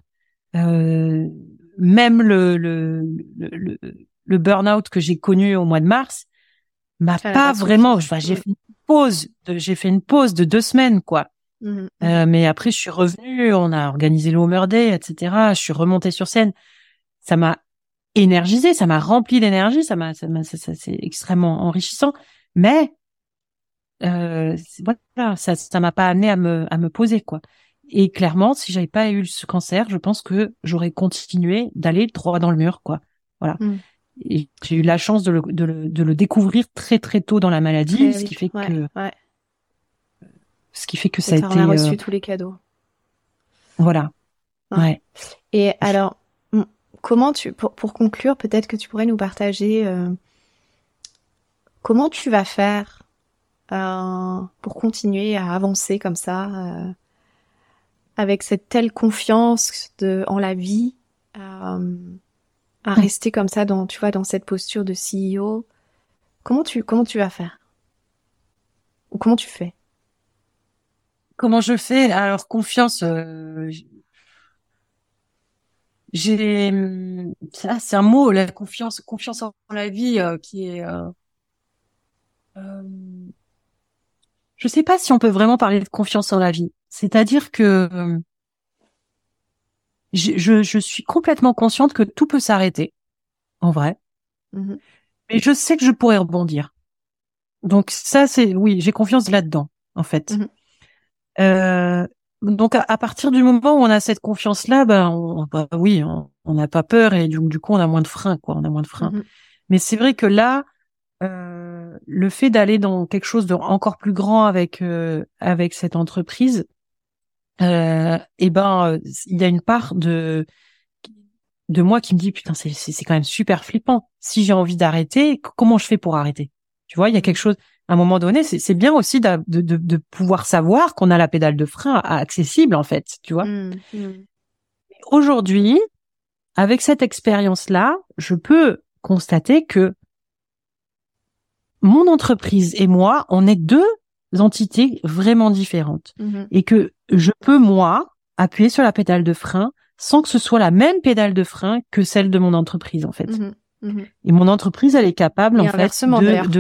Même le burn-out que j'ai connu au mois de mars m'a pas vraiment. Enfin, j'ai fait une pause de 2 semaines, quoi. Mais après, je suis revenue, on a organisé le Homer Day, etc. Je suis remontée sur scène. Ça m'a énergisée, ça m'a rempli d'énergie, ça c'est extrêmement enrichissant. Mais voilà, ça m'a pas amené à me poser, quoi. Et clairement, si j'avais pas eu ce cancer, je pense que j'aurais continué d'aller droit dans le mur, quoi. Voilà. Et j'ai eu la chance de le découvrir très très tôt dans la maladie, ce qui fait que ça a été. On a reçu tous les cadeaux. Voilà. Ouais. Et alors, comment pour conclure, peut-être que tu pourrais nous partager comment tu vas faire pour continuer à avancer comme ça, avec cette telle confiance en la vie, à rester comme ça dans cette posture de CEO. Comment tu vas faire? Ou comment tu fais? Comment je fais? Alors, confiance, ça, c'est un mot, la confiance en la vie, qui est, je sais pas si on peut vraiment parler de confiance en la vie. C'est-à-dire que je suis complètement consciente que tout peut s'arrêter, en vrai. Mais je sais que je pourrais rebondir. Donc ça, oui, j'ai confiance là-dedans, en fait. Donc à partir du moment où on a cette confiance-là, on n'a pas peur et du coup on a moins de frein, quoi. On a moins de frein. Mais c'est vrai que là, le fait d'aller dans quelque chose de encore plus grand avec cette entreprise, il y a une part de moi qui me dit putain c'est quand même super flippant. Si j'ai envie d'arrêter, comment je fais pour arrêter? Tu vois, il y a quelque chose à un moment donné, c'est bien aussi de pouvoir savoir qu'on a la pédale de frein accessible en fait, tu vois. Aujourd'hui, avec cette expérience-là, je peux constater que mon entreprise et moi, on est deux entités vraiment différentes et que je peux moi appuyer sur la pédale de frein sans que ce soit la même pédale de frein que celle de mon entreprise en fait. Et mon entreprise, elle est capable en fait de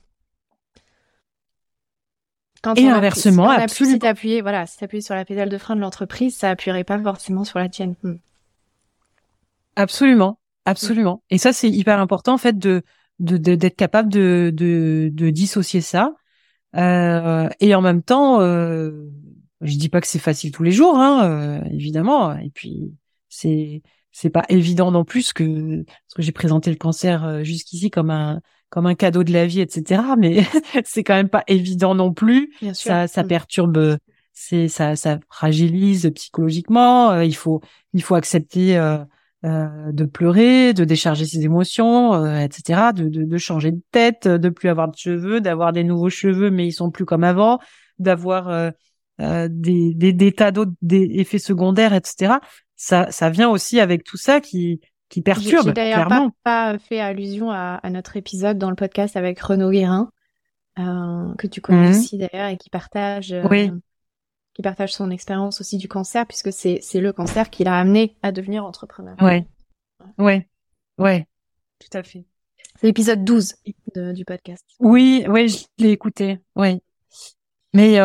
quand et inversement, absolument. Si t'appuies sur la pédale de frein de l'entreprise, ça appuierait pas forcément sur la tienne. Absolument. Et ça, c'est hyper important en fait d'être capable de dissocier ça. Et en même temps, je dis pas que c'est facile tous les jours, évidemment. Et puis c'est pas évident non plus parce que j'ai présenté le cancer jusqu'ici comme un cadeau de la vie, etc. Mais c'est quand même pas évident non plus. Bien sûr. Ça perturbe, ça fragilise psychologiquement. Il faut accepter de pleurer, de décharger ses émotions, etc. De changer de tête, de plus avoir de cheveux, d'avoir des nouveaux cheveux mais ils sont plus comme avant, d'avoir des tas d'autres effets secondaires, etc. Ça vient aussi avec tout ça qui perturbe. J'ai d'ailleurs clairement. pas fait allusion à notre épisode dans le podcast avec Renaud Guérin, que tu connais aussi d'ailleurs et qui partage son expérience aussi du cancer, puisque c'est le cancer qui l'a amené à devenir entrepreneur. Ouais, tout à fait. C'est l'épisode 12 du podcast. Oui, je l'ai écouté, oui. Mais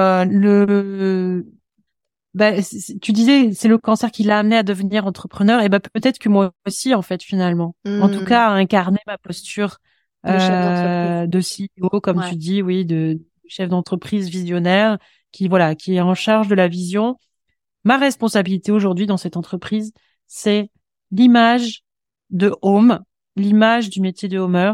tu disais, c'est le cancer qui l'a amené à devenir entrepreneur, et peut-être que moi aussi, en fait, finalement. En tout cas, à incarner ma posture de CEO, comme tu dis, oui, de chef d'entreprise visionnaire, qui est en charge de la vision. Ma responsabilité aujourd'hui dans cette entreprise, c'est l'image de Home, l'image du métier de Homer,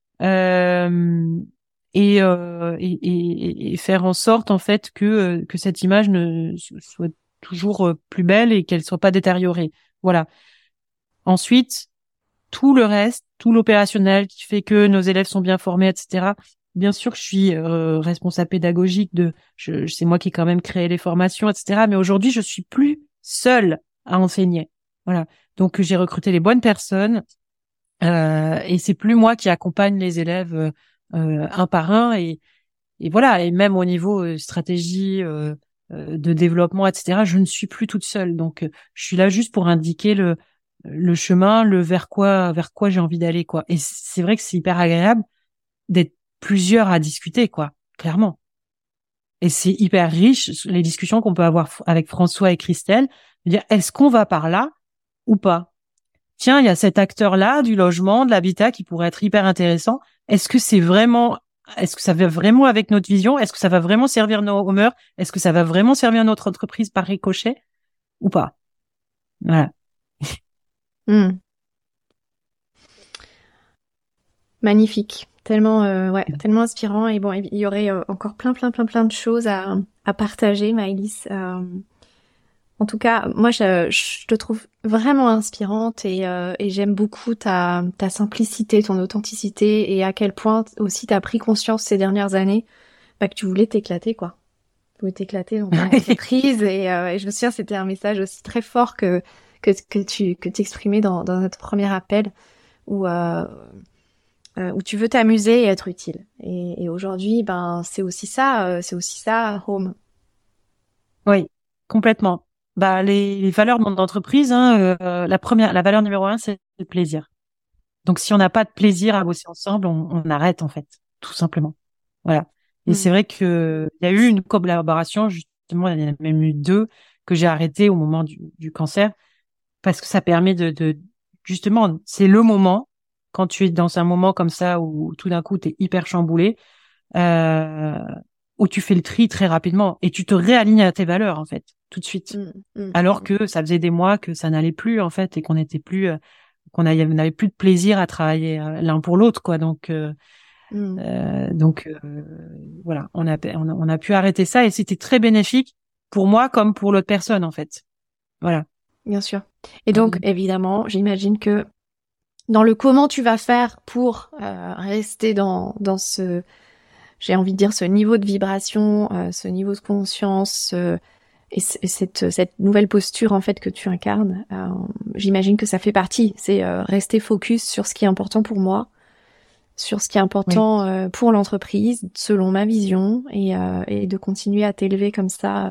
et faire en sorte en fait que cette image ne soit toujours plus belle et qu'elle soit pas détériorée. Voilà. Ensuite, tout le reste, tout l'opérationnel qui fait que nos élèves sont bien formés, etc. Bien sûr que je suis responsable pédagogique c'est moi qui ai quand même créé les formations, etc. Mais aujourd'hui, je suis plus seule à enseigner. Voilà. Donc, j'ai recruté les bonnes personnes et c'est plus moi qui accompagne les élèves un par un et voilà. Et même au niveau stratégie de développement, etc. Je ne suis plus toute seule. Donc, je suis là juste pour indiquer le chemin, vers quoi j'ai envie d'aller, quoi. Et c'est vrai que c'est hyper agréable d'être plusieurs à discuter, quoi, clairement. Et c'est hyper riche, les discussions qu'on peut avoir avec François et Christelle, de dire, est-ce qu'on va par là ou pas? Tiens, il y a cet acteur-là du logement, de l'habitat qui pourrait être hyper intéressant. Est-ce que ça va vraiment avec notre vision? Est-ce que ça va vraiment servir nos homeurs? Est-ce que ça va vraiment servir notre entreprise par ricochet ou pas? Voilà. Magnifique. Tellement inspirant. Et bon, il y aurait encore plein de choses à partager, Maëlys. En tout cas, moi, je te trouve vraiment inspirante et j'aime beaucoup ta simplicité, ton authenticité et à quel point aussi t'as pris conscience ces dernières années que tu voulais t'éclater, quoi. Tu voulais t'éclater dans ton entreprise et je me souviens, c'était un message aussi très fort que tu exprimais dans notre premier appel où tu veux t'amuser et être utile. Et aujourd'hui, c'est aussi ça, Home. Oui, complètement. Les valeurs de mon entreprise, la valeur numéro 1, c'est le plaisir. Donc, si on n'a pas de plaisir à bosser ensemble, on arrête, en fait, tout simplement. Voilà. Et c'est vrai que il y a eu une collaboration, justement, il y en a même eu 2 que j'ai arrêtées au moment du cancer, parce que ça permet justement, c'est le moment, quand tu es dans un moment comme ça où tout d'un coup, t'es hyper chamboulé, où tu fais le tri très rapidement et tu te réalignes à tes valeurs, en fait, tout de suite. Alors que ça faisait des mois que ça n'allait plus, en fait, et qu'on n'était plus, qu'on n'avait plus de plaisir à travailler l'un pour l'autre, quoi. Donc, Donc voilà, on a pu arrêter ça et c'était très bénéfique pour moi comme pour l'autre personne en fait. Voilà. Bien sûr. Et donc évidemment, j'imagine que dans le comment tu vas faire pour rester dans ce, j'ai envie de dire, ce niveau de vibration, ce niveau de conscience et cette nouvelle posture en fait que tu incarnes, j'imagine que ça fait partie. C'est rester focus sur ce qui est important pour moi, sur ce qui est important pour l'entreprise, selon ma vision, et de continuer à t'élever comme ça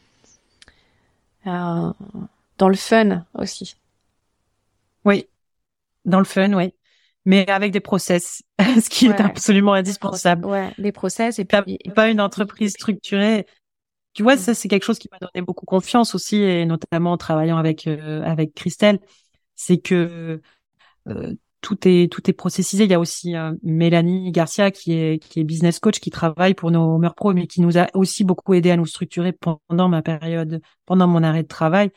dans le fun aussi. Oui, dans le fun, oui. Mais avec des process, ce qui est absolument indispensable. Ouais, des process et puis pas une entreprise structurée. Tu vois, ça c'est quelque chose qui m'a donné beaucoup confiance aussi, et notamment en travaillant avec Christelle, c'est que tout est processisé. Il y a aussi Mélanie Garcia qui est business coach, qui travaille pour nos Meurs Pro, mais qui nous a aussi beaucoup aidé à nous structurer pendant mon arrêt de travail.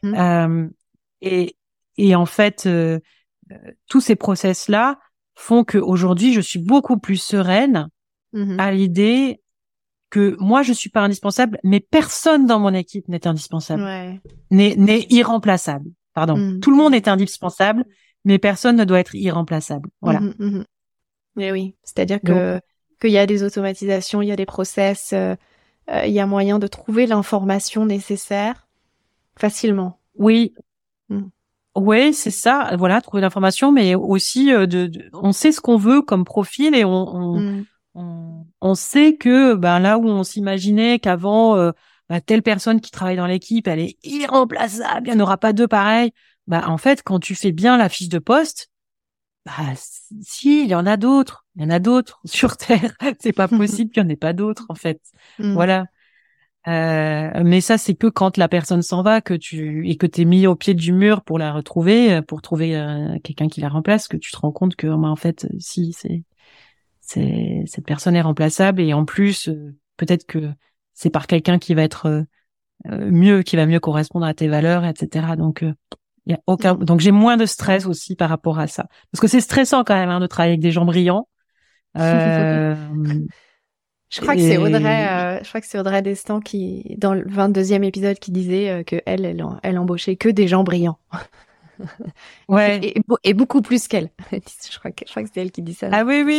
Et en fait, tous ces process-là font qu'aujourd'hui, je suis beaucoup plus sereine à l'idée que moi, je suis pas indispensable, mais personne dans mon équipe n'est indispensable, n'est irremplaçable. Pardon. Tout le monde est indispensable, mais personne ne doit être irremplaçable. Voilà. Et oui, c'est-à-dire qu'il y a des automatisations, il y a des process, il y a moyen de trouver l'information nécessaire facilement. Oui. Oui, c'est ça. Voilà, trouver l'information, mais aussi on sait ce qu'on veut comme profil et on sait que là où on s'imaginait qu'avant telle personne qui travaille dans l'équipe, elle est irremplaçable, il n'y en aura pas deux pareils. En fait, quand tu fais bien la fiche de poste, si, il y en a d'autres. Il y en a d'autres sur Terre. C'est pas possible qu'il n'y en ait pas d'autres, en fait. Voilà. Mais ça, c'est que quand la personne s'en va, que t'es mis au pied du mur pour la retrouver, pour trouver quelqu'un qui la remplace, que tu te rends compte que, en fait, si, cette personne est remplaçable, et en plus, peut-être que c'est par quelqu'un qui va être qui va mieux correspondre à tes valeurs, etc. Donc, y a aucun. Donc, j'ai moins de stress aussi par rapport à ça, parce que c'est stressant quand même de travailler avec des gens brillants. Je crois que c'est Audrey Destan qui, dans le 22e épisode, qui disait que elle embauchait que des gens brillants. Ouais. Et beaucoup plus qu'elle. Je crois que c'est elle qui dit ça. Ah oui.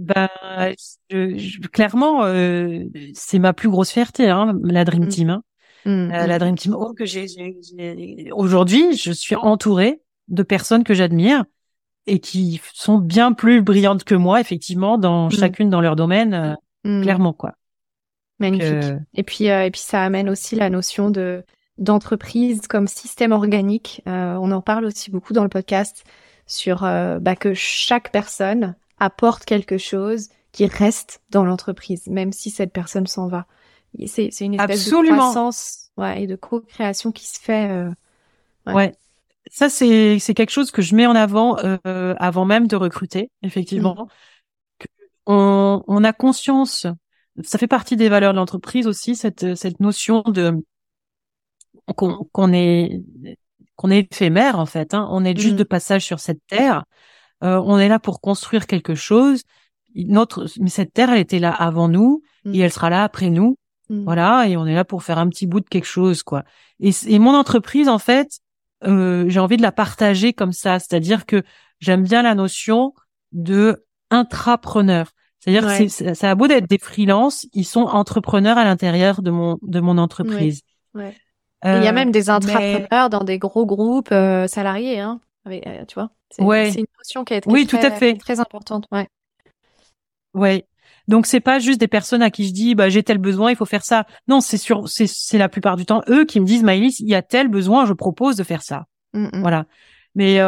Clairement, c'est ma plus grosse fierté, la Dream Team. La Dream Team que j'ai aujourd'hui, je suis entourée de personnes que j'admire et qui sont bien plus brillantes que moi, effectivement, chacune dans leur domaine, clairement, quoi. Magnifique. Et puis ça amène aussi la notion d'entreprise comme système organique. On en parle aussi beaucoup dans le podcast sur que chaque personne apporte quelque chose qui reste dans l'entreprise, même si cette personne s'en va. C'est une espèce de croissance et de co-création qui se fait. Ouais. Ça, c'est quelque chose que je mets en avant avant même de recruter, effectivement. On a conscience, ça fait partie des valeurs de l'entreprise aussi, cette notion de qu'on est éphémère, en fait. On est juste de passage sur cette terre. On est là pour construire quelque chose. Mais cette terre, elle était là avant nous et elle sera là après nous. Voilà, et on est là pour faire un petit bout de quelque chose, quoi. Et mon entreprise, en fait, j'ai envie de la partager comme ça, c'est-à-dire que j'aime bien la notion de intrapreneur. C'est-à-dire que ça a beau d'être des freelances, ils sont entrepreneurs à l'intérieur de mon entreprise. Ouais. Il y a même des intrapreneurs dans des gros groupes salariés, tu vois. C'est une notion qui est très importante. Ouais. Donc c'est pas juste des personnes à qui je dis j'ai tel besoin, il faut faire ça. Non, c'est la plupart du temps eux qui me disent Maëlys, il y a tel besoin, je propose de faire ça. Voilà. Mais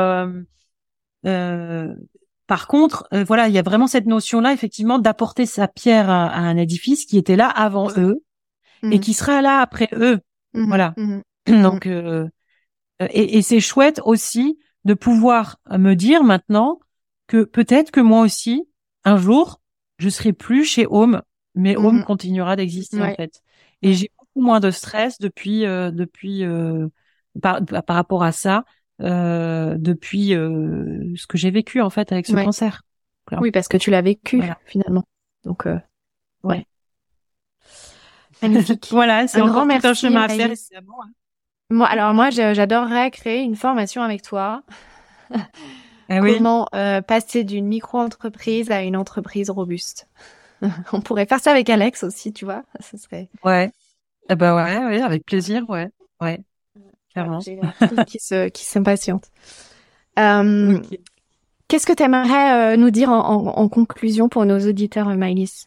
par contre, voilà, il y a vraiment cette notion-là, effectivement, d'apporter sa pierre à un édifice qui était là avant eux et qui sera là après eux. Voilà. Donc et c'est chouette aussi de pouvoir me dire maintenant que peut-être que moi aussi un jour je serai plus chez Home, mais Home continuera d'exister en fait. Et j'ai beaucoup moins de stress depuis par rapport à ça depuis ce que j'ai vécu en fait avec ce cancer. clairement. Oui, parce que tu l'as vécu, Voilà. finalement. Donc, Ouais. magnifique. Voilà, c'est Un encore grand tout un merci, chemin à faire. Maëlys. Et c'est bon, hein. Moi, j'adorerais créer une formation avec toi. Ah oui. Comment passer d'une micro-entreprise à une entreprise robuste. On pourrait faire ça avec Alex aussi, tu vois. Ce serait... Ouais. Eh ben ouais, avec plaisir, ouais. Ouais, clairement. J'ai la fille qui s'impatiente. Ok. Qu'est-ce que tu aimerais nous dire en conclusion pour nos auditeurs, Maëlys?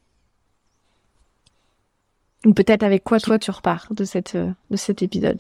Ou peut-être avec quoi toi tu repars de cet épisode?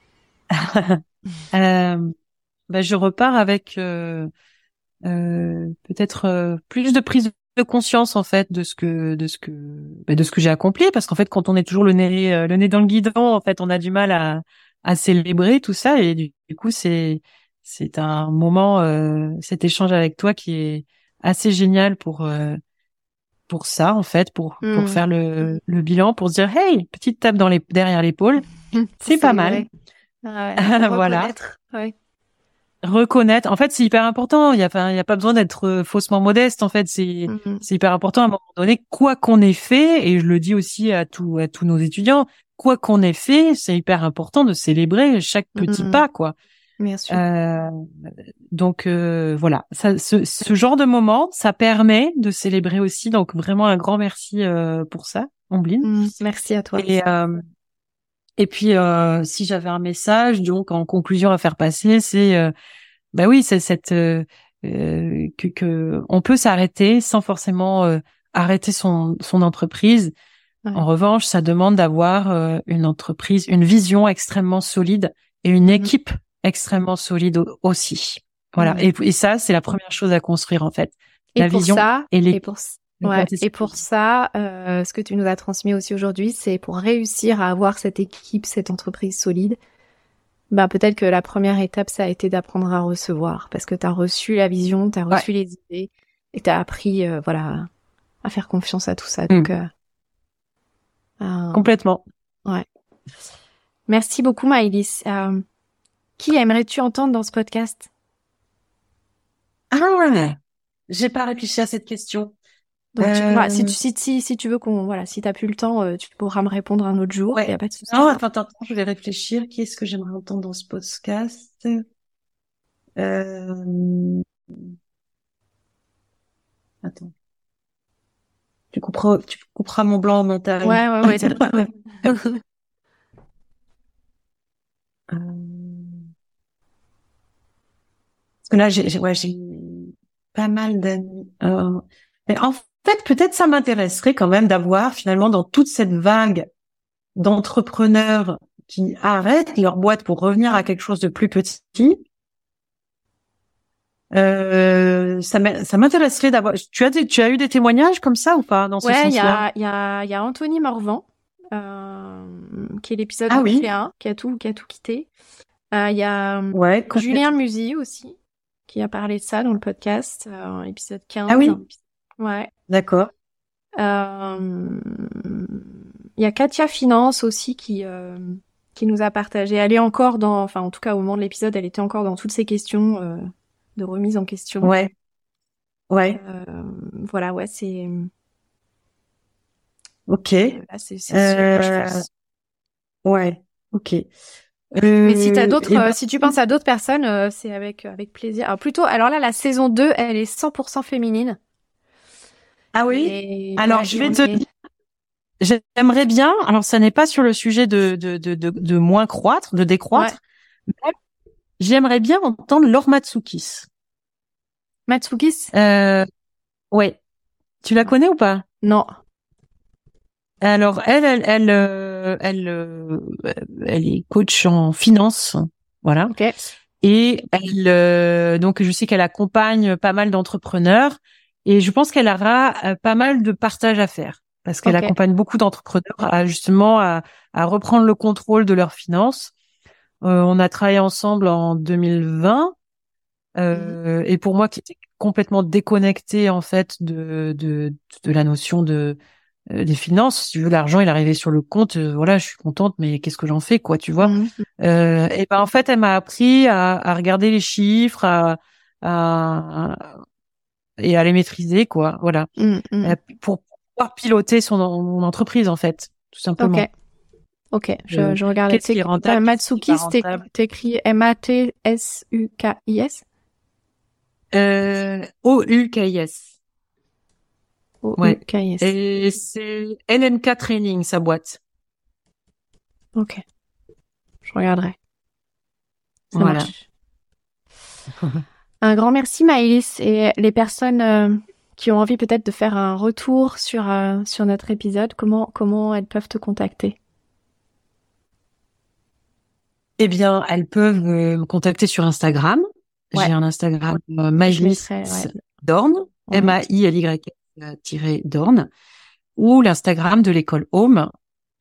Je repars avec peut-être plus de prise de conscience en fait de ce que j'ai accompli, parce qu'en fait quand on est toujours le nez dans le guidon, en fait on a du mal à célébrer tout ça, et du coup c'est un moment, cet échange avec toi qui est assez génial pour ça en fait, pour faire le bilan, pour se dire hey, petite tape derrière l'épaule, c'est pas mal. Ouais, Voilà. reconnaître. Ouais. Reconnaître, en fait, c'est hyper important. Il y a pas besoin d'être faussement modeste. En fait, c'est hyper important à un moment donné, quoi qu'on ait fait. Et je le dis aussi à tous nos étudiants, quoi qu'on ait fait, c'est hyper important de célébrer chaque petit pas, quoi. Bien sûr. Donc voilà, ce genre de moment, ça permet de célébrer aussi. Donc vraiment un grand merci pour ça, Ombline. Merci à toi. Et puis si j'avais un message, donc en conclusion à faire passer, c'est bah oui, c'est cette que on peut s'arrêter sans forcément arrêter son entreprise. Ouais. En revanche, ça demande d'avoir une entreprise, une vision extrêmement solide et une équipe extrêmement solide aussi. Voilà. Et ça, c'est la première chose à construire en fait. La vision et l'équipe. Et pour ça, ce que tu nous as transmis aussi aujourd'hui, c'est pour réussir à avoir cette équipe, cette entreprise solide. Bah, peut-être que la première étape, ça a été d'apprendre à recevoir, parce que tu as reçu la vision, tu as reçu les idées, et tu as appris, voilà, à faire confiance à tout ça. Donc, complètement. Ouais. Merci beaucoup, Maëlys. Qui aimerais-tu entendre dans ce podcast? Ah ouais, j'ai pas réfléchi à cette question. Donc, si tu veux si t'as plus le temps, tu pourras me répondre un autre jour. Y a pas de souci. Non, attends, je vais réfléchir. Qui est-ce que j'aimerais entendre dans ce podcast? Attends. Tu couperas mon blanc au montage. Ouais. Parce que là, j'ai pas mal d'amis. Mais en fait, peut-être ça m'intéresserait quand même d'avoir finalement dans toute cette vague d'entrepreneurs qui arrêtent leur boîte pour revenir à quelque chose de plus petit. Ça m'intéresserait d'avoir. Tu as eu des témoignages comme ça ou pas dans ce sens-là? Il y a Anthony Morvan, qui est l'épisode 1, qui a tout quitté. Il y a Julien Musy aussi, qui a parlé de ça dans le podcast, épisode 15. Ah oui. Ouais. D'accord. Il y a Katia Finance aussi qui nous a partagé. Elle est encore en tout cas au moment de l'épisode, elle était encore dans toutes ces questions de remise en question. Ouais. Voilà, c'est. Ok. Là, c'est sûr, je pense. Ouais. Ok. Mais si t'as d'autres, si tu penses à d'autres personnes, c'est avec plaisir. Alors là, la saison 2, elle est 100% féminine. Ah oui. Alors je vais te dire, j'aimerais bien. Alors ça n'est pas sur le sujet de moins croître, de décroître. Mais j'aimerais bien entendre Laure Matsoukas. Matsoukas. Ouais. Tu la connais ou pas? Non. Alors elle est coach en finance, voilà. Okay. Et elle, donc je sais qu'elle accompagne pas mal d'entrepreneurs, et je pense qu'elle aura pas mal de partage à faire, parce qu'elle accompagne beaucoup d'entrepreneurs à reprendre le contrôle de leurs finances. On a travaillé ensemble en 2020, et pour moi qui était complètement déconnectée en fait de la notion des finances, si tu veux, l'argent il arrivait sur le compte, voilà, je suis contente, mais qu'est-ce que j'en fais, quoi, tu vois. Et ben en fait elle m'a appris à regarder les chiffres, à et à les maîtriser, quoi. Voilà. Pour pouvoir piloter son entreprise, en fait, tout simplement. Ok, je regarde. Qu'est-ce qui est rentable, Matsuki, t'écris Matsukis. OUKIS. Ouais. OUKIS. Et c'est LNK Training, sa boîte. Ok. Je regarderai. Ça Voilà. marche. Un grand merci, Maëlys. Et les personnes qui ont envie peut-être de faire un retour sur notre épisode, comment elles peuvent te contacter? Eh bien, elles peuvent me contacter sur Instagram. Ouais. J'ai un Instagram Maëlys Dorn, MAILY-Dorn, ou l'Instagram de l'école Home,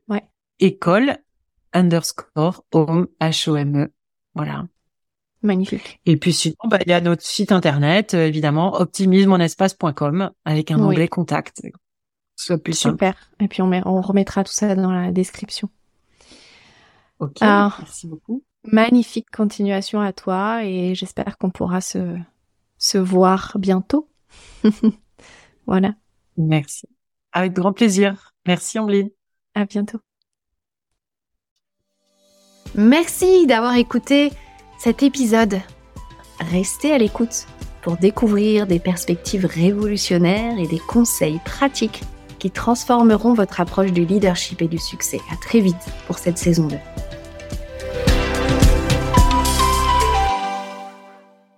école_home, HOME. Voilà. Magnifique. Et puis sinon, il y a notre site internet, évidemment, optimismemonespace.com, avec un onglet contact. Soit plus simple. Super. Et puis on remettra tout ça dans la description. Ok, merci beaucoup. Magnifique continuation à toi et j'espère qu'on pourra se voir bientôt. Voilà. Merci. Avec grand plaisir. Merci, Ambline. À bientôt. Merci d'avoir écouté cet épisode. Restez à l'écoute pour découvrir des perspectives révolutionnaires et des conseils pratiques qui transformeront votre approche du leadership et du succès. À très vite pour cette saison 2.